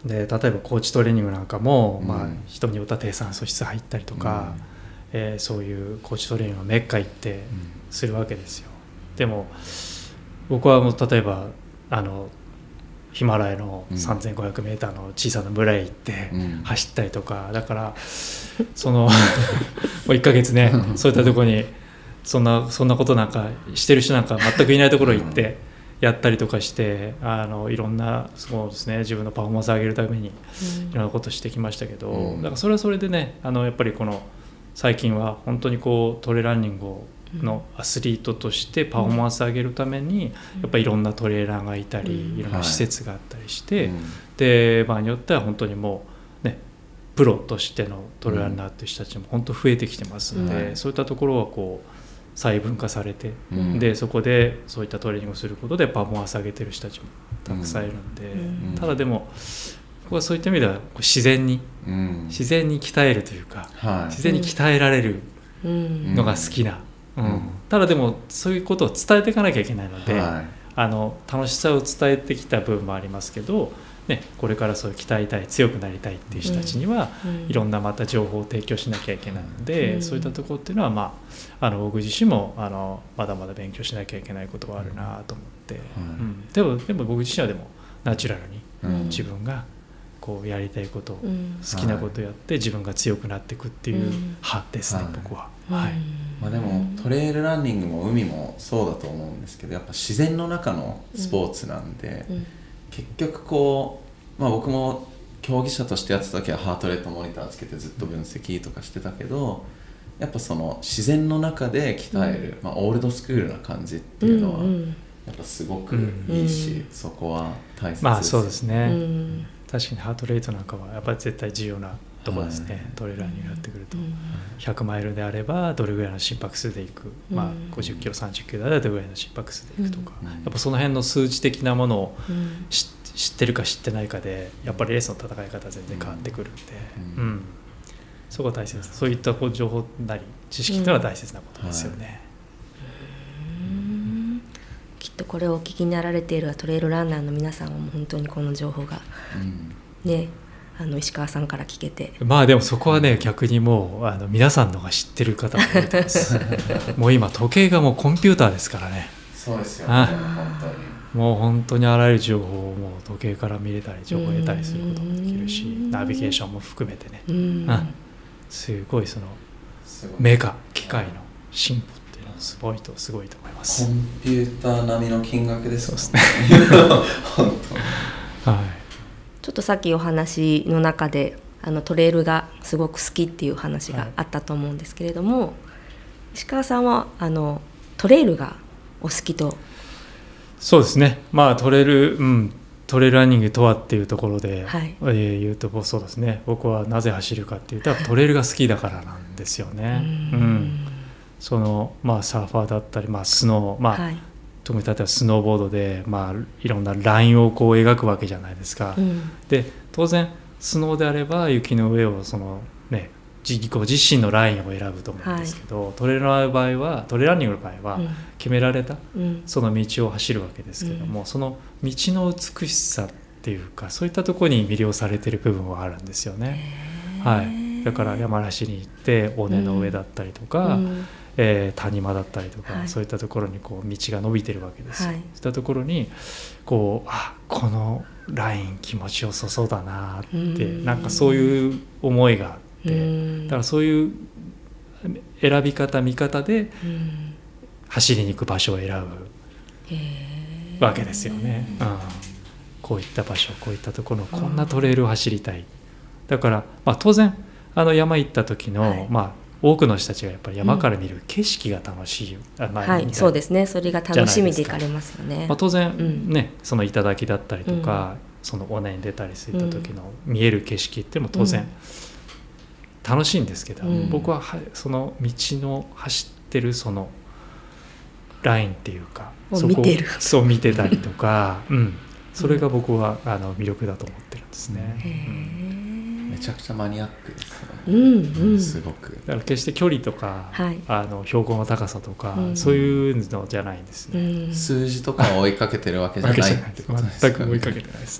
で例えばコーチトレーニングなんかも、 うんまあ、人によっては低酸素質入ったりとか、うんえー、そういうコーチトレーニングのメッカ行ってするわけですよ。でも僕はもう例えばあのヒマラヤのさんぜんごひゃくメーターの小さな村へ行って走ったりとか、だからそのもういっかげつねそういったところにそんなそんなことなんかしてる人なんか全くいないところに行ってやったりとかして、あのいろんなそうですね自分のパフォーマンスを上げるためにいろんなことをしてきましたけど、うん、だからそれはそれでねあのやっぱりこの最近は本当にこうトレーランニングのアスリートとしてパフォーマンスを上げるためにやっぱりいろんなトレーラーがいたりいろんな施設があったりして、はい、で場合によっては本当にもうねプロとしてのトレーラーになっている人たちも本当増えてきてますので、うん、そういったところはこう細分化されて、うん、でそこでそういったトレーニングをすることでパフォーマンスを上げている人たちもたくさんいるんで、うん、ただでも僕はそういった意味では自然に、うん、自然に鍛えるというか、はい、自然に鍛えられるのが好きな、うんうん、ただでもそういうことを伝えていかなきゃいけないので、はい、あの楽しさを伝えてきた部分もありますけど、ね、これからそういう鍛えたい強くなりたいっていう人たちには、うん、いろんなまた情報を提供しなきゃいけないので、うん、そういったところっていうのは、まあ、あの僕自身もあのまだまだ勉強しなきゃいけないことがあるなと思って、うんうん、でも、でも僕自身はでもナチュラルに自分がこうやりたいこと、うん、好きなことをやって自分が強くなっていくっていう派ですね、うん、僕は、はいまあ、でもトレイルランニングも海もそうだと思うんですけどやっぱ自然の中のスポーツなんで、うん、結局こう、まあ、僕も競技者としてやってた時はハートレートモニターつけてずっと分析とかしてたけどやっぱその自然の中で鍛える、うんまあ、オールドスクールな感じっていうのはやっぱすごくいいし、うん、そこは大切です。 まあそうですね、うん確かにハートレートなんかはやっぱり絶対重要なところですね、はい、トレーラーになってくると、うん、ひゃくマイルであればどれぐらいの心拍数でいく、うんまあ、ごじゅっキロさんじゅっキロであればどれぐらいの心拍数でいくとか、うん、やっぱその辺の数値的なものを、うん、知ってるか知ってないかでやっぱりレースの戦い方は全然変わってくるんで、うんうん、そこは大切そういったこう情報なり知識というのは大切なことですよね、うんはいきっとこれをお聞きになられているトレイルランナーの皆さんはもう本当にこの情報が、うん、ねあの石川さんから聞けてまあでもそこはね逆にもうあの皆さんのが知ってる方も多いと思いますもう今時計がもうコンピューターですからねそうですよね本当にもう本当にあらゆる情報をもう時計から見れたり情報を得たりすることもできるしナビゲーションも含めてねうんすごいそのメガ機械の進歩すごいとすごいと思います。 コンピューター並みの金額ですね。 そうですね本当、はい、 ちょっとさっきお話の中であのトレイルがすごく好きっていう話があったと思うんですけれども、はい、石川さんはあのトレイルがお好きと。 そうですね、まあトレイル、うん、トレイルランニングとはっていうところで、はいえー、言うとそうですね僕はなぜ走るかっていうとトレイルが好きだからなんですよね。うん、うんそのまあ、サーファーだったり、まあ、スノー、まあはい、特に例えばスノーボードで、まあ、いろんなラインをこう描くわけじゃないですか、うん、で当然スノーであれば雪の上をその、ね、自己自身のラインを選ぶと思うんですけど、はい、トレーラーの場合はトレーランニングの場合は決められた、うん、その道を走るわけですけども、うん、その道の美しさっていうかそういったところに魅了されている部分はあるんですよね、はい、だから山梨に行って尾根の上だったりとか、うんうんえー、谷間だったりとか、はい、そういったところにこう道が伸びてるわけですよ、はい、そういったところにこうあこのライン気持ちよさそうだなってんなんかそういう思いがあってだからそういう選び方見方で走りに行く場所を選ぶわけですよね、うん、こういった場所こういったところのこんなトレイルを走りたいだから、まあ、当然あの山行った時の、はいまあ多くの人たちがやっぱり山から見る景色が楽しい、うん、 はい、そうですねそれが楽しみで行かれますよね、 まあ、当然、ねうん、その頂だったりとか、うん、その尾根に出たりする時の見える景色っても当然楽しいんですけど、うん、僕はその道の走ってるそのラインっていうかそこ見てるそう見てたりとか、うん、それが僕はあの魅力だと思ってるんですね、 うんめちゃくちゃマニアックですよね、 うんうん、 すごくだから決して距離とか、はい、あの標高の高さとか、うん、そういうのじゃないんですね、 うん、数字とかを追いかけてるわけじゃないってことですか、ね、 全く追いかけてないですね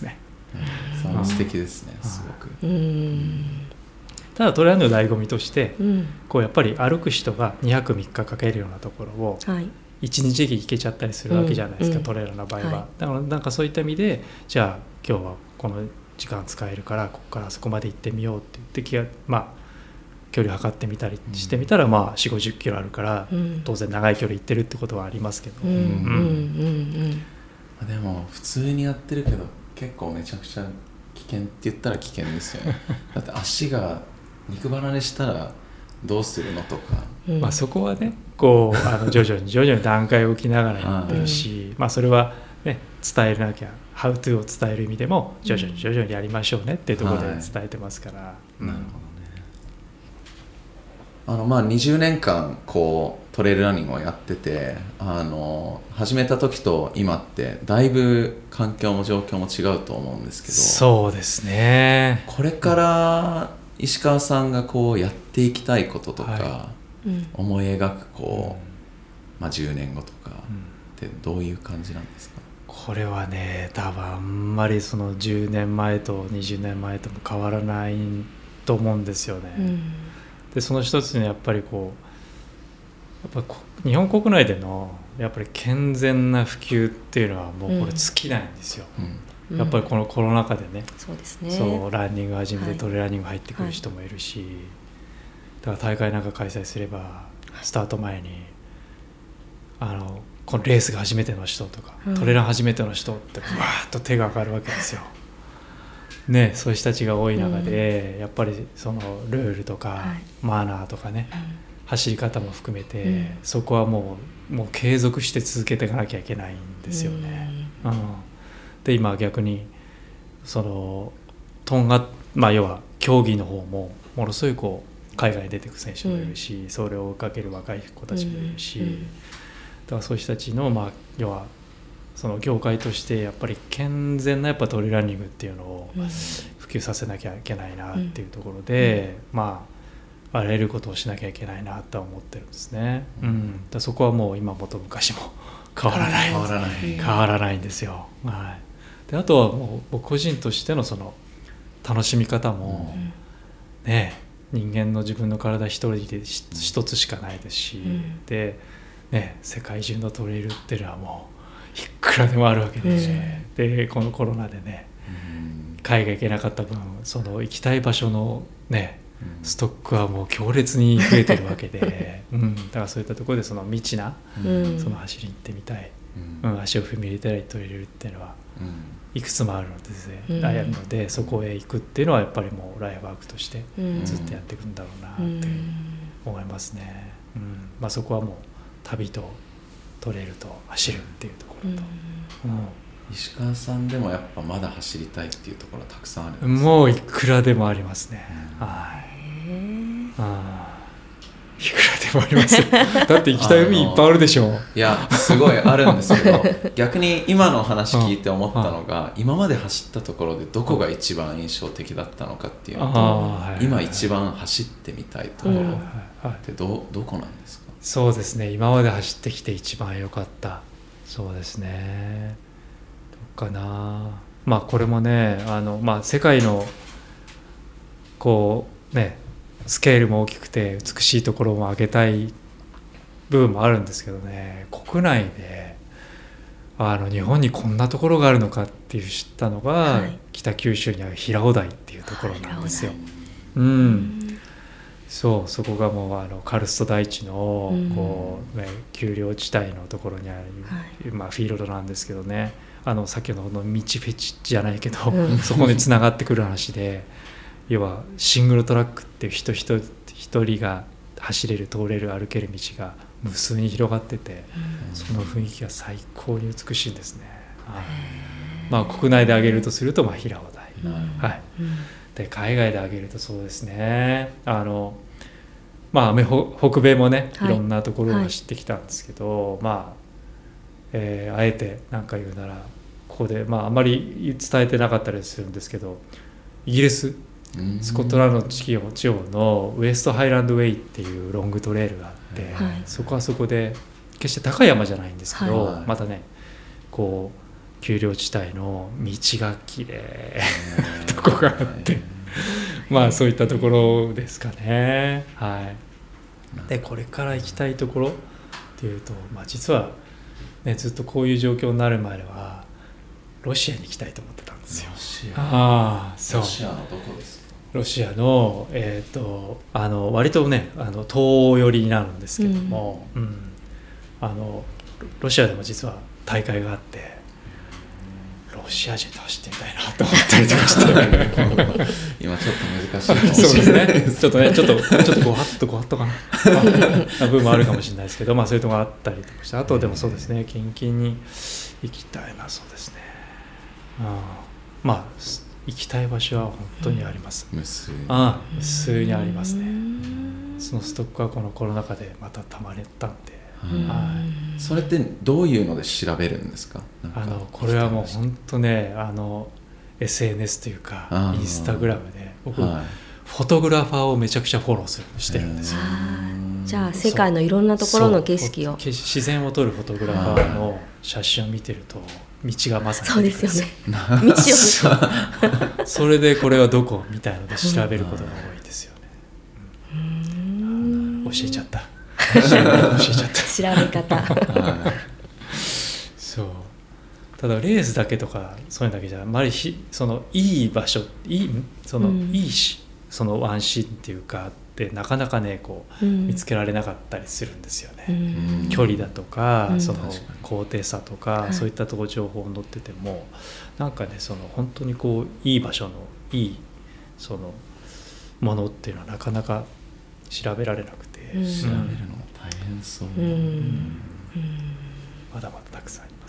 それも素敵ですね、すごく。 うんただトレランニングの醍醐味として、 うん、 こうやっぱり歩く人がにはくみっかかけるようなところをいちにちで行けちゃったりするわけじゃないですか、うん、トレーラーの場合は、はい、だからなんかそういった意味でじゃあ今日はこの時間使えるからここからあそこまで行ってみようって言って気が、まあ、距離を測ってみたりしてみたら、まあ、よんじゅうごじゅっキロあるから、うん、当然長い距離行ってるってことはありますけど、うんうんうんうん、でも普通にやってるけど結構めちゃくちゃ危険って言ったら危険ですよねだって足が肉離れしたらどうするのとか、 うんまあ、そこはねこうあの徐々に徐々に段階を置きながらやってるし、まあ、それは、ね、伝えなきゃHow to を伝える意味でも徐々に徐々にやりましょうねっていうところで伝えてますから、はい、 なるほどね。あのまあにじゅうねんかんこうトレイルランニングをやってて、あの始めた時と今ってだいぶ環境も状況も違うと思うんですけど、 そうですね。 これから石川さんがこうやっていきたいこととか、はい、思い描くこう、まあ、じゅうねんごとかってどういう感じなんですか？ これはね多分あんまりそのじゅうねんまえとにじゅうねんまえとも変わらないと思うんですよね、うん、でその一つにやっぱりこうやっぱ日本国内でのやっぱり健全な普及っていうのはもうこれ尽きないんですよ、うん、やっぱりこのコロナ禍でね、 そうですね、 そうランニング始めてトレランニング入ってくる人もいるし、はい、だから大会なんか開催すればスタート前にあのこのレースが初めての人とか、うん、トレラン初めての人ってわーっと手が上がるわけですよ、ね、そういう人たちが多い中で、うん、やっぱりそのルールとか、はい、マナーとかね、うん、走り方も含めて、うん、そこはもう、もう継続して続けていかなきゃいけないんですよね、うんうん、で今逆にそのとんが、まあ、要は競技の方もものすごいこう海外に出てく選手もいるし、うん、それを追いかける若い子たちもいるし、うんうん、だからそういう人たちの、まあ、要はその業界としてやっぱり健全なやっぱトレーランニングっていうのを普及させなきゃいけないなっていうところで、うん、まああらゆることをしなきゃいけないなとは思ってるんですね、うんうん、だそこはもう今もと昔も変わらない変わらない変わらないんですよ、はい、であとはもう僕個人としてのその楽しみ方も、うん、ね人間の自分の体一人で一つしかないですし、うん、で、ね、世界中のトレイルっていうのはもういくらでもあるわけですよね、うん、でこのコロナでね、うん、海外行けなかった分その行きたい場所のね、うん、ストックはもう強烈に増えてるわけで、うん、だからそういったところでその未知な、うん、その走りに行ってみたい、うんうん、足を踏み入れたりトレイルっていうのは、うん、いくつもあるのでですね、うん、あるのでそこへ行くっていうのはやっぱりもうライフワークとしてずっとやっていくんだろうなって思いますね、うんまあ、そこはもう旅とトレイルと走るっていうところと、うんうん、 石川さんでもやっぱまだ走りたいっていうところはたくさんあるんですか？ もういくらでもありますね、うん、はいあいくらでもありますよだって行きたい海いっぱいあるでしょう。 いやすごいあるんですけど逆に今の話聞いて思ったのが、うん、今まで走ったところでどこが一番印象的だったのかっていうのと、はい、今一番走ってみたいところってど、うん、どこなんですか？ そうですね今まで走ってきて一番良かったそうですねどっかなまあこれもねあの、まあ、世界のこうねスケールも大きくて美しいところも上げたい部分もあるんですけどね国内であの日本にこんなところがあるのかっていう知ったのが、はい、北九州にある平尾台っていうところなんですよ、うん、そうそこがもうあのカルスト大地のこう、ね、丘陵地帯のところにある、はいまあ、フィールドなんですけどねあの先ほどの道フェチじゃないけど、うん、そこにつながってくる話で要はシングルトラックっていう人一人が走れる通れる歩ける道が無数に広がってて、うん、その雰囲気が最高に美しいんですね、はいまあ、国内で挙げるとするとまあ平尾台、うんはいうん、で海外で挙げるとそうですねあの、まあ、北米もね、はい、いろんなところを走ってきたんですけど、はいまあえー、あえて何か言うならここで、まあ、あまり伝えてなかったりするんですけどイギリススコットランドの地方のウエストハイランドウェイっていうロングトレイルがあって、はい、そこはそこで決して高い山じゃないんですけど、はい、またねこう丘陵地帯の道がきれいなとこがあってまあそういったところですかね。はい、でこれから行きたいところっていうと、まあ、実は、ね、ずっとこういう状況になる前はロシアに行きたいと思ってたんですよ。 ロシアああそうロシアのどこですか？ ロシアの、えー、とあの割とねあの東寄りになるんですけども、うんうん、あのロシアでも実は大会があってロシア人と走ってみたいなと思ったりとかして今ちょっと難しいかもそうしれないですねちょっとねちょっとちょっとごはっとごはっとかな部分もあるかもしれないですけど、まあ、そういうところがあったりとかして、あとでもそうですねキンキンに行きたいな。そうですね、うん、まあ行きたい場所は本当にあります。 無数にああ無数にありますね。そのストックはこのコロナ禍でまたたまれたんで、はい、 それってどういうので調べるんですか？なんかあのこれはもう本当ねあの エスエヌエス というかインスタグラムで僕、はい、フォトグラファーをめちゃくちゃフォローするしてるんですよ。 じゃあ世界のいろんなところの景色を自然を撮るフォトグラファーの写真を見てると道がまさに出てくるんですよ。 そうですよね道をそれでこれはどこみたいので調べることが多いですよね。うん教えちゃった教えちゃった調べ方そうただレースだけとかそういうのだけじゃあまりそのいい場所いいその、うん、いいしそのワンシーンっていうかってなかなかねこう、うん、見つけられなかったりするんですよね、うん、距離だとか、うん、その高低差とか、うん、そういったところ情報を載ってても、はい、なんかねその本当にこういい場所のいいそのものっていうのはなかなか調べられなくて、うん、 調べるのは大変そう、うんうん、 まだまだたくさんあります、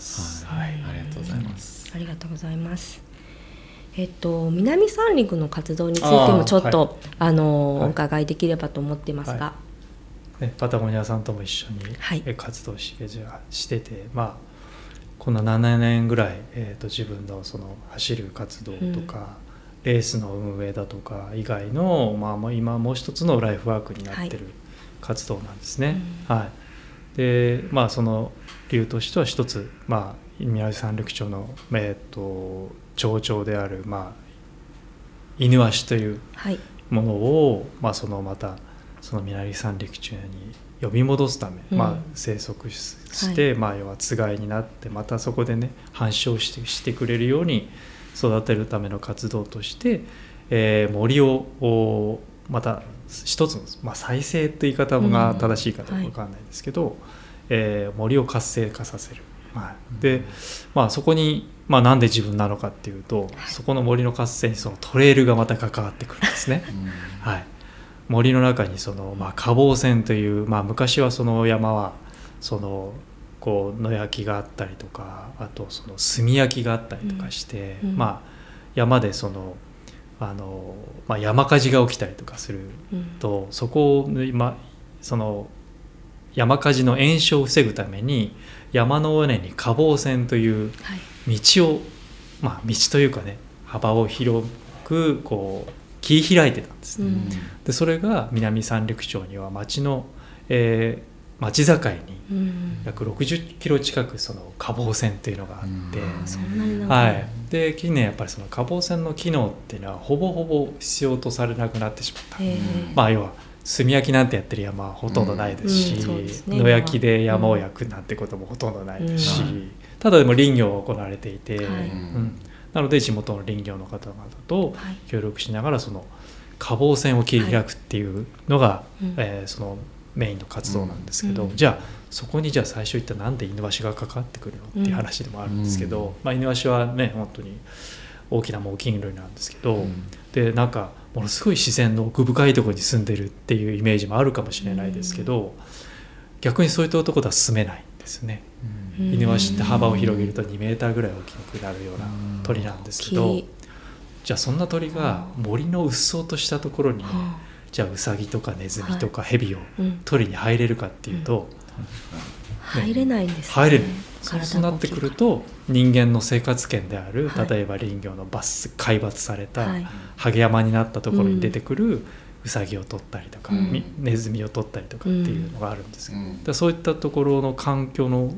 はいはい、ありがとうございます、 ありがとうございます。えっと、南三陸の活動についてもちょっと あ、はい、あの、はい、お伺いできればと思ってますが、 はいね、パタゴニアさんとも一緒に活動し、はい、してて、まあ、このななねんぐらい、えー、と自分のその走る活動とか、うん、レースの運営だとか以外の、まあ、今もう一つのライフワークになってる活動なんですね、はいはい、でまあその理由としては一つ、まあ、南三陸町の、えー、と町長である、まあ、イヌワシというものを、はいまあ、そのまたその南三陸町に呼び戻すため、うんまあ、生息して、はいまあ、要はつがいになってまたそこでね繁殖して、してくれるように育てるための活動として、えー、森をまた一つの、まあ、再生という言い方が正しいかどうか分かんないですけど、うんはいえー、森を活性化させる、はい、で、まあ、そこに、まあ、なんで自分なのかっていうと、はい、そこの森の活性にそのトレイルがまた関わってくるんですね、うんはい、森の中にその、まあ、下房線という、まあ、昔はその山はそのこう野焼きがあったりとかあとその炭焼きがあったりとかして、うんまあ、山でそのあの、まあ、山火事が起きたりとかすると、うん、そこを、まあ、その山火事の延焼を防ぐために山の上に下房線という道を、はいまあ、道というかね幅を広くこう切り開いてたんです、うん、でそれが南三陸町には町の、えー、町境に約ろくじゅっキロ近くその下房線というのがあって、うんそんなに長いはい、で近年やっぱりその下房線の機能っていうのはほぼほぼ必要とされなくなってしまった、まあ要は炭焼きなんてやってる山はほとんどないですし、うんうんですね、野焼きで山を焼くなんてこともほとんどないですし、うん、ただでも林業が行われていて、はいうん、なので地元の林業の方々と協力しながらその下房線を切り開くっていうのが、はいえー、そのメインの活動なんですけど、うん、じゃあそこにじゃあ最初言ったなんでイヌワシが関わってくるのっていう話でもあるんですけど、うんまあ、イヌワシはね本当に大きな猛禽類なんですけど、うん、でなんかものすごい自然の奥深いところに住んでるっていうイメージもあるかもしれないですけど、うん、逆にそういったところでは住めないんですね、うん、イヌワシって幅を広げるとにメーターぐらい大きくなるような鳥なんですけど、うん、じゃあそんな鳥が森のうっそうとしたところに、ね、うん、じゃあウサギとかネズミとかヘビを取りに入れるかっていうと、 うんね、入れないんですね。 入れる。そうなってくると人間の生活圏である、はい、例えば林業の伐海抜されたハゲ山になったところに出てくるウサギを取ったりとか、うん、ネズミを取ったりとかっていうのがあるんですけど、うん、だそういったところの環境の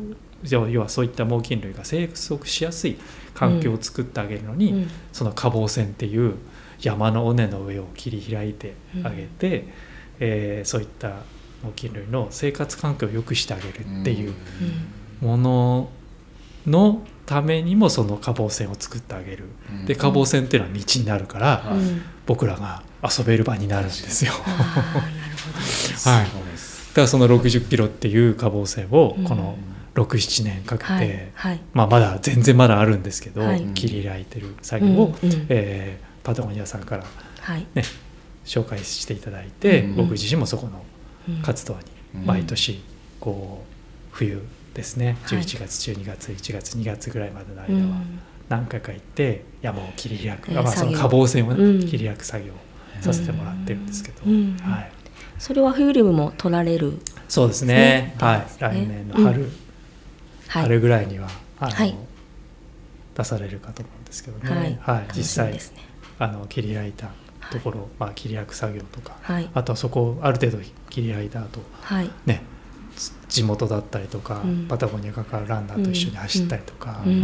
要はそういった猛禽類が生息しやすい環境を作ってあげるのに、 うん、 その下防線っていう山の尾根の上を切り開いてあげて、うん、えー、そういった猛禽類の生活環境を良くしてあげるっていうもののためにもその下防線を作ってあげる、うん、で下防線っていうのは道になるから、うん、僕らが遊べる場になるんですよ。はい、だからそのろくじゅっキロっていう下防線をこのろく、ななねんかけて、はいはい、まあ、まだ全然まだあるんですけど、はい、切り開いてる作業を、うんうん、えー、パタゴニアさんから、ね、はい、紹介していただいて、うん、僕自身もそこの活動に毎年こう冬ですね、じゅういちがつ、じゅうにがつ、いちがつ、にがつぐらいまでの間は何回か行って山を切り開く、うん、まあ、その下防線を、ね、うん、切り開く作業をさせてもらってるんですけど、うん、はい、 それはフィルムも撮られる？ そうですね、はい、来年の春、うん、春ぐらいにはあの、はい、出されるかと思うんですけどね、はいはい、実際、ね、あの切り開いたところ、はい、まあ、切り開く作業とか、はい、あとはそこをある程度切り開いた後、はい、ね、地元だったりとか、うん、パタゴニアが関わるランナーと一緒に走ったりとか、うんうん、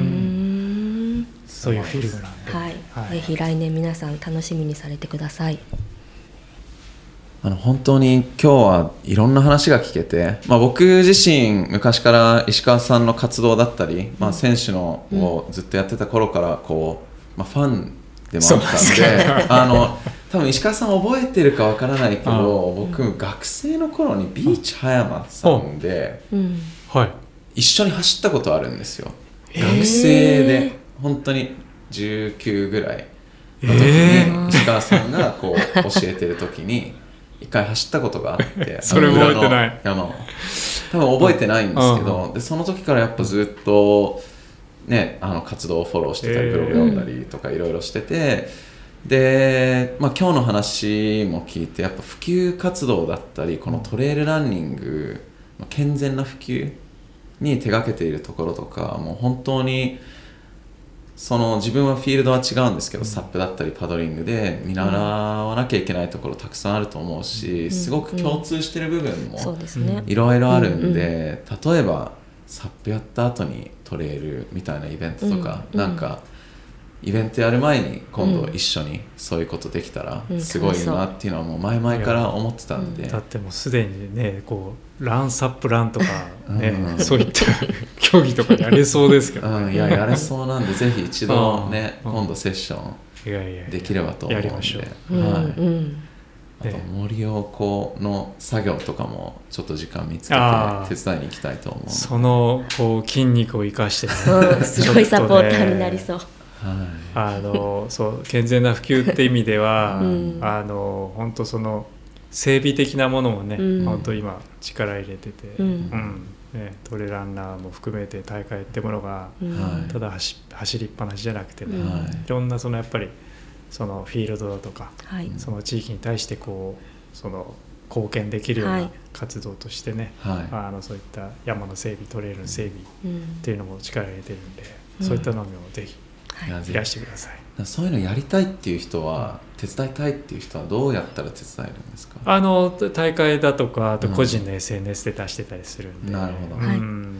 そういうフィルムなんで、はいはい、ぜひ来年皆さん楽しみにされてください。 あの本当に今日はいろんな話が聞けて、まあ、僕自身昔から石川さんの活動だったり、まあ、選手のをずっとやってた頃からこう、まあ、ファンでもあったんで、あの多分石川さん覚えてるかわからないけど、僕学生の頃にビーチ葉山さんで一緒に走ったことあるんですよ。学生で本当にじゅうきゅうぐらいの時に石川さんがこう教えてる時に一回走ったことがあってそれも覚えてない、 山を多分覚えてないんですけど、でその時からやっぱずっとね、あの活動をフォローしてたりブログ読んだりとかいろいろしてて、で、まあ、今日の話も聞いてやっぱ普及活動だったりこのトレイルランニングの健全な普及に手がけているところとか、もう本当にその自分はフィールドは違うんですけど、サップだったりパドリングで見習わなきゃいけないところたくさんあると思うし、すごく共通してる部分もいろいろあるんで、例えばサップやった後にトレイルみたいなイベントとか、うん、なんかイベントやる前に今度一緒にそういうことできたらすごいなっていうのはもう前々から思ってたんで、 だってもうすでにねこうランサップランとかね、うん、そういった競技とかやれそうですけど、ね、 うん、いややれそうなんでぜひ一度ね今度セッションできればと思うんで、やりましょう、はい、うん、あと森をこうの作業とかもちょっと時間見つけて手伝いに行きたいと思う。 そのこう筋肉を生かして、 ね、うん、すごいサポーターになりそう。はい、 あのそう健全な普及って意味では、うん、あの本当その整備的なものもね、うん、本当今力入れてて、うんうんね、トレランナーも含めて大会ってものが、うん、ただ 走, 走りっぱなしじゃなくてね、うん、いろんなそのやっぱりそのフィールドだとか、はい、その地域に対してこうその貢献できるような活動としてね、はい、あのそういった山の整備トレイルの整備っていうのも力入れてるんで、うん、そういったのもぜひいらしてください。 そういうのやりたいっていう人は、手伝いたいっていう人はどうやったら手伝えるんですか？ あの大会だとかあと個人の エスエヌエス で出してたりするんで、うん、なるほど、うん、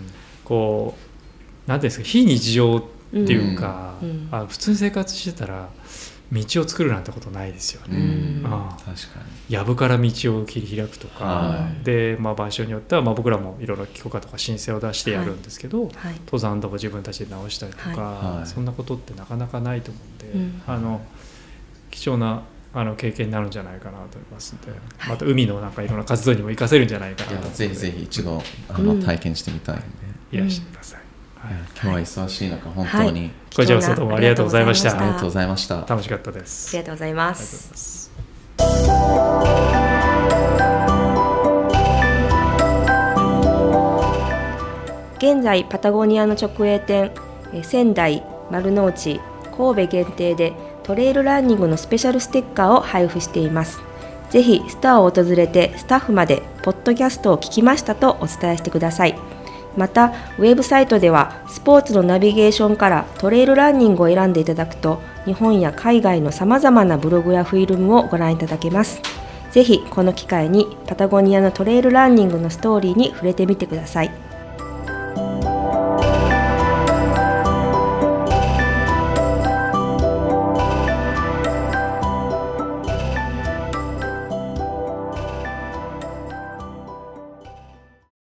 こう何ですか非日常っていうか、うん、あ普通に生活してたら道を作るなんてことないですよね、うん、ああ確かに藪から道を切り開くとか、はい、で、まあ、場所によっては、まあ、僕らもいろいろ許可とか申請を出してやるんですけど、はいはい、登山道を自分たちで直したりとか、はい、そんなことってなかなかないと思うんで、うん、あの貴重なあの経験になるんじゃないかなと思いますので、はい、また海のなんかいろんな活動にも活かせるんじゃないかなと思って、 ぜひぜひ一度あの、うん、体験してみたいんでいらしてください、 はい、今日は忙しい中、はい、本当に、はい、 こちらこそどうもありがとうございました。 ありがとうございました。 楽しかったです。 ありがとうございます。現在パタゴニアの直営店仙台、丸の内、神戸限定でトレイルランニングのスペシャルステッカーを配布しています。ぜひストアを訪れてスタッフまでポッドキャストを聞きましたとお伝えしてください。またウェブサイトではスポーツのナビゲーションからトレイルランニングを選んでいただくと日本や海外のさまざまなブログやフィルムをご覧いただけます。ぜひこの機会にパタゴニアのトレイルランニングのストーリーに触れてみてください。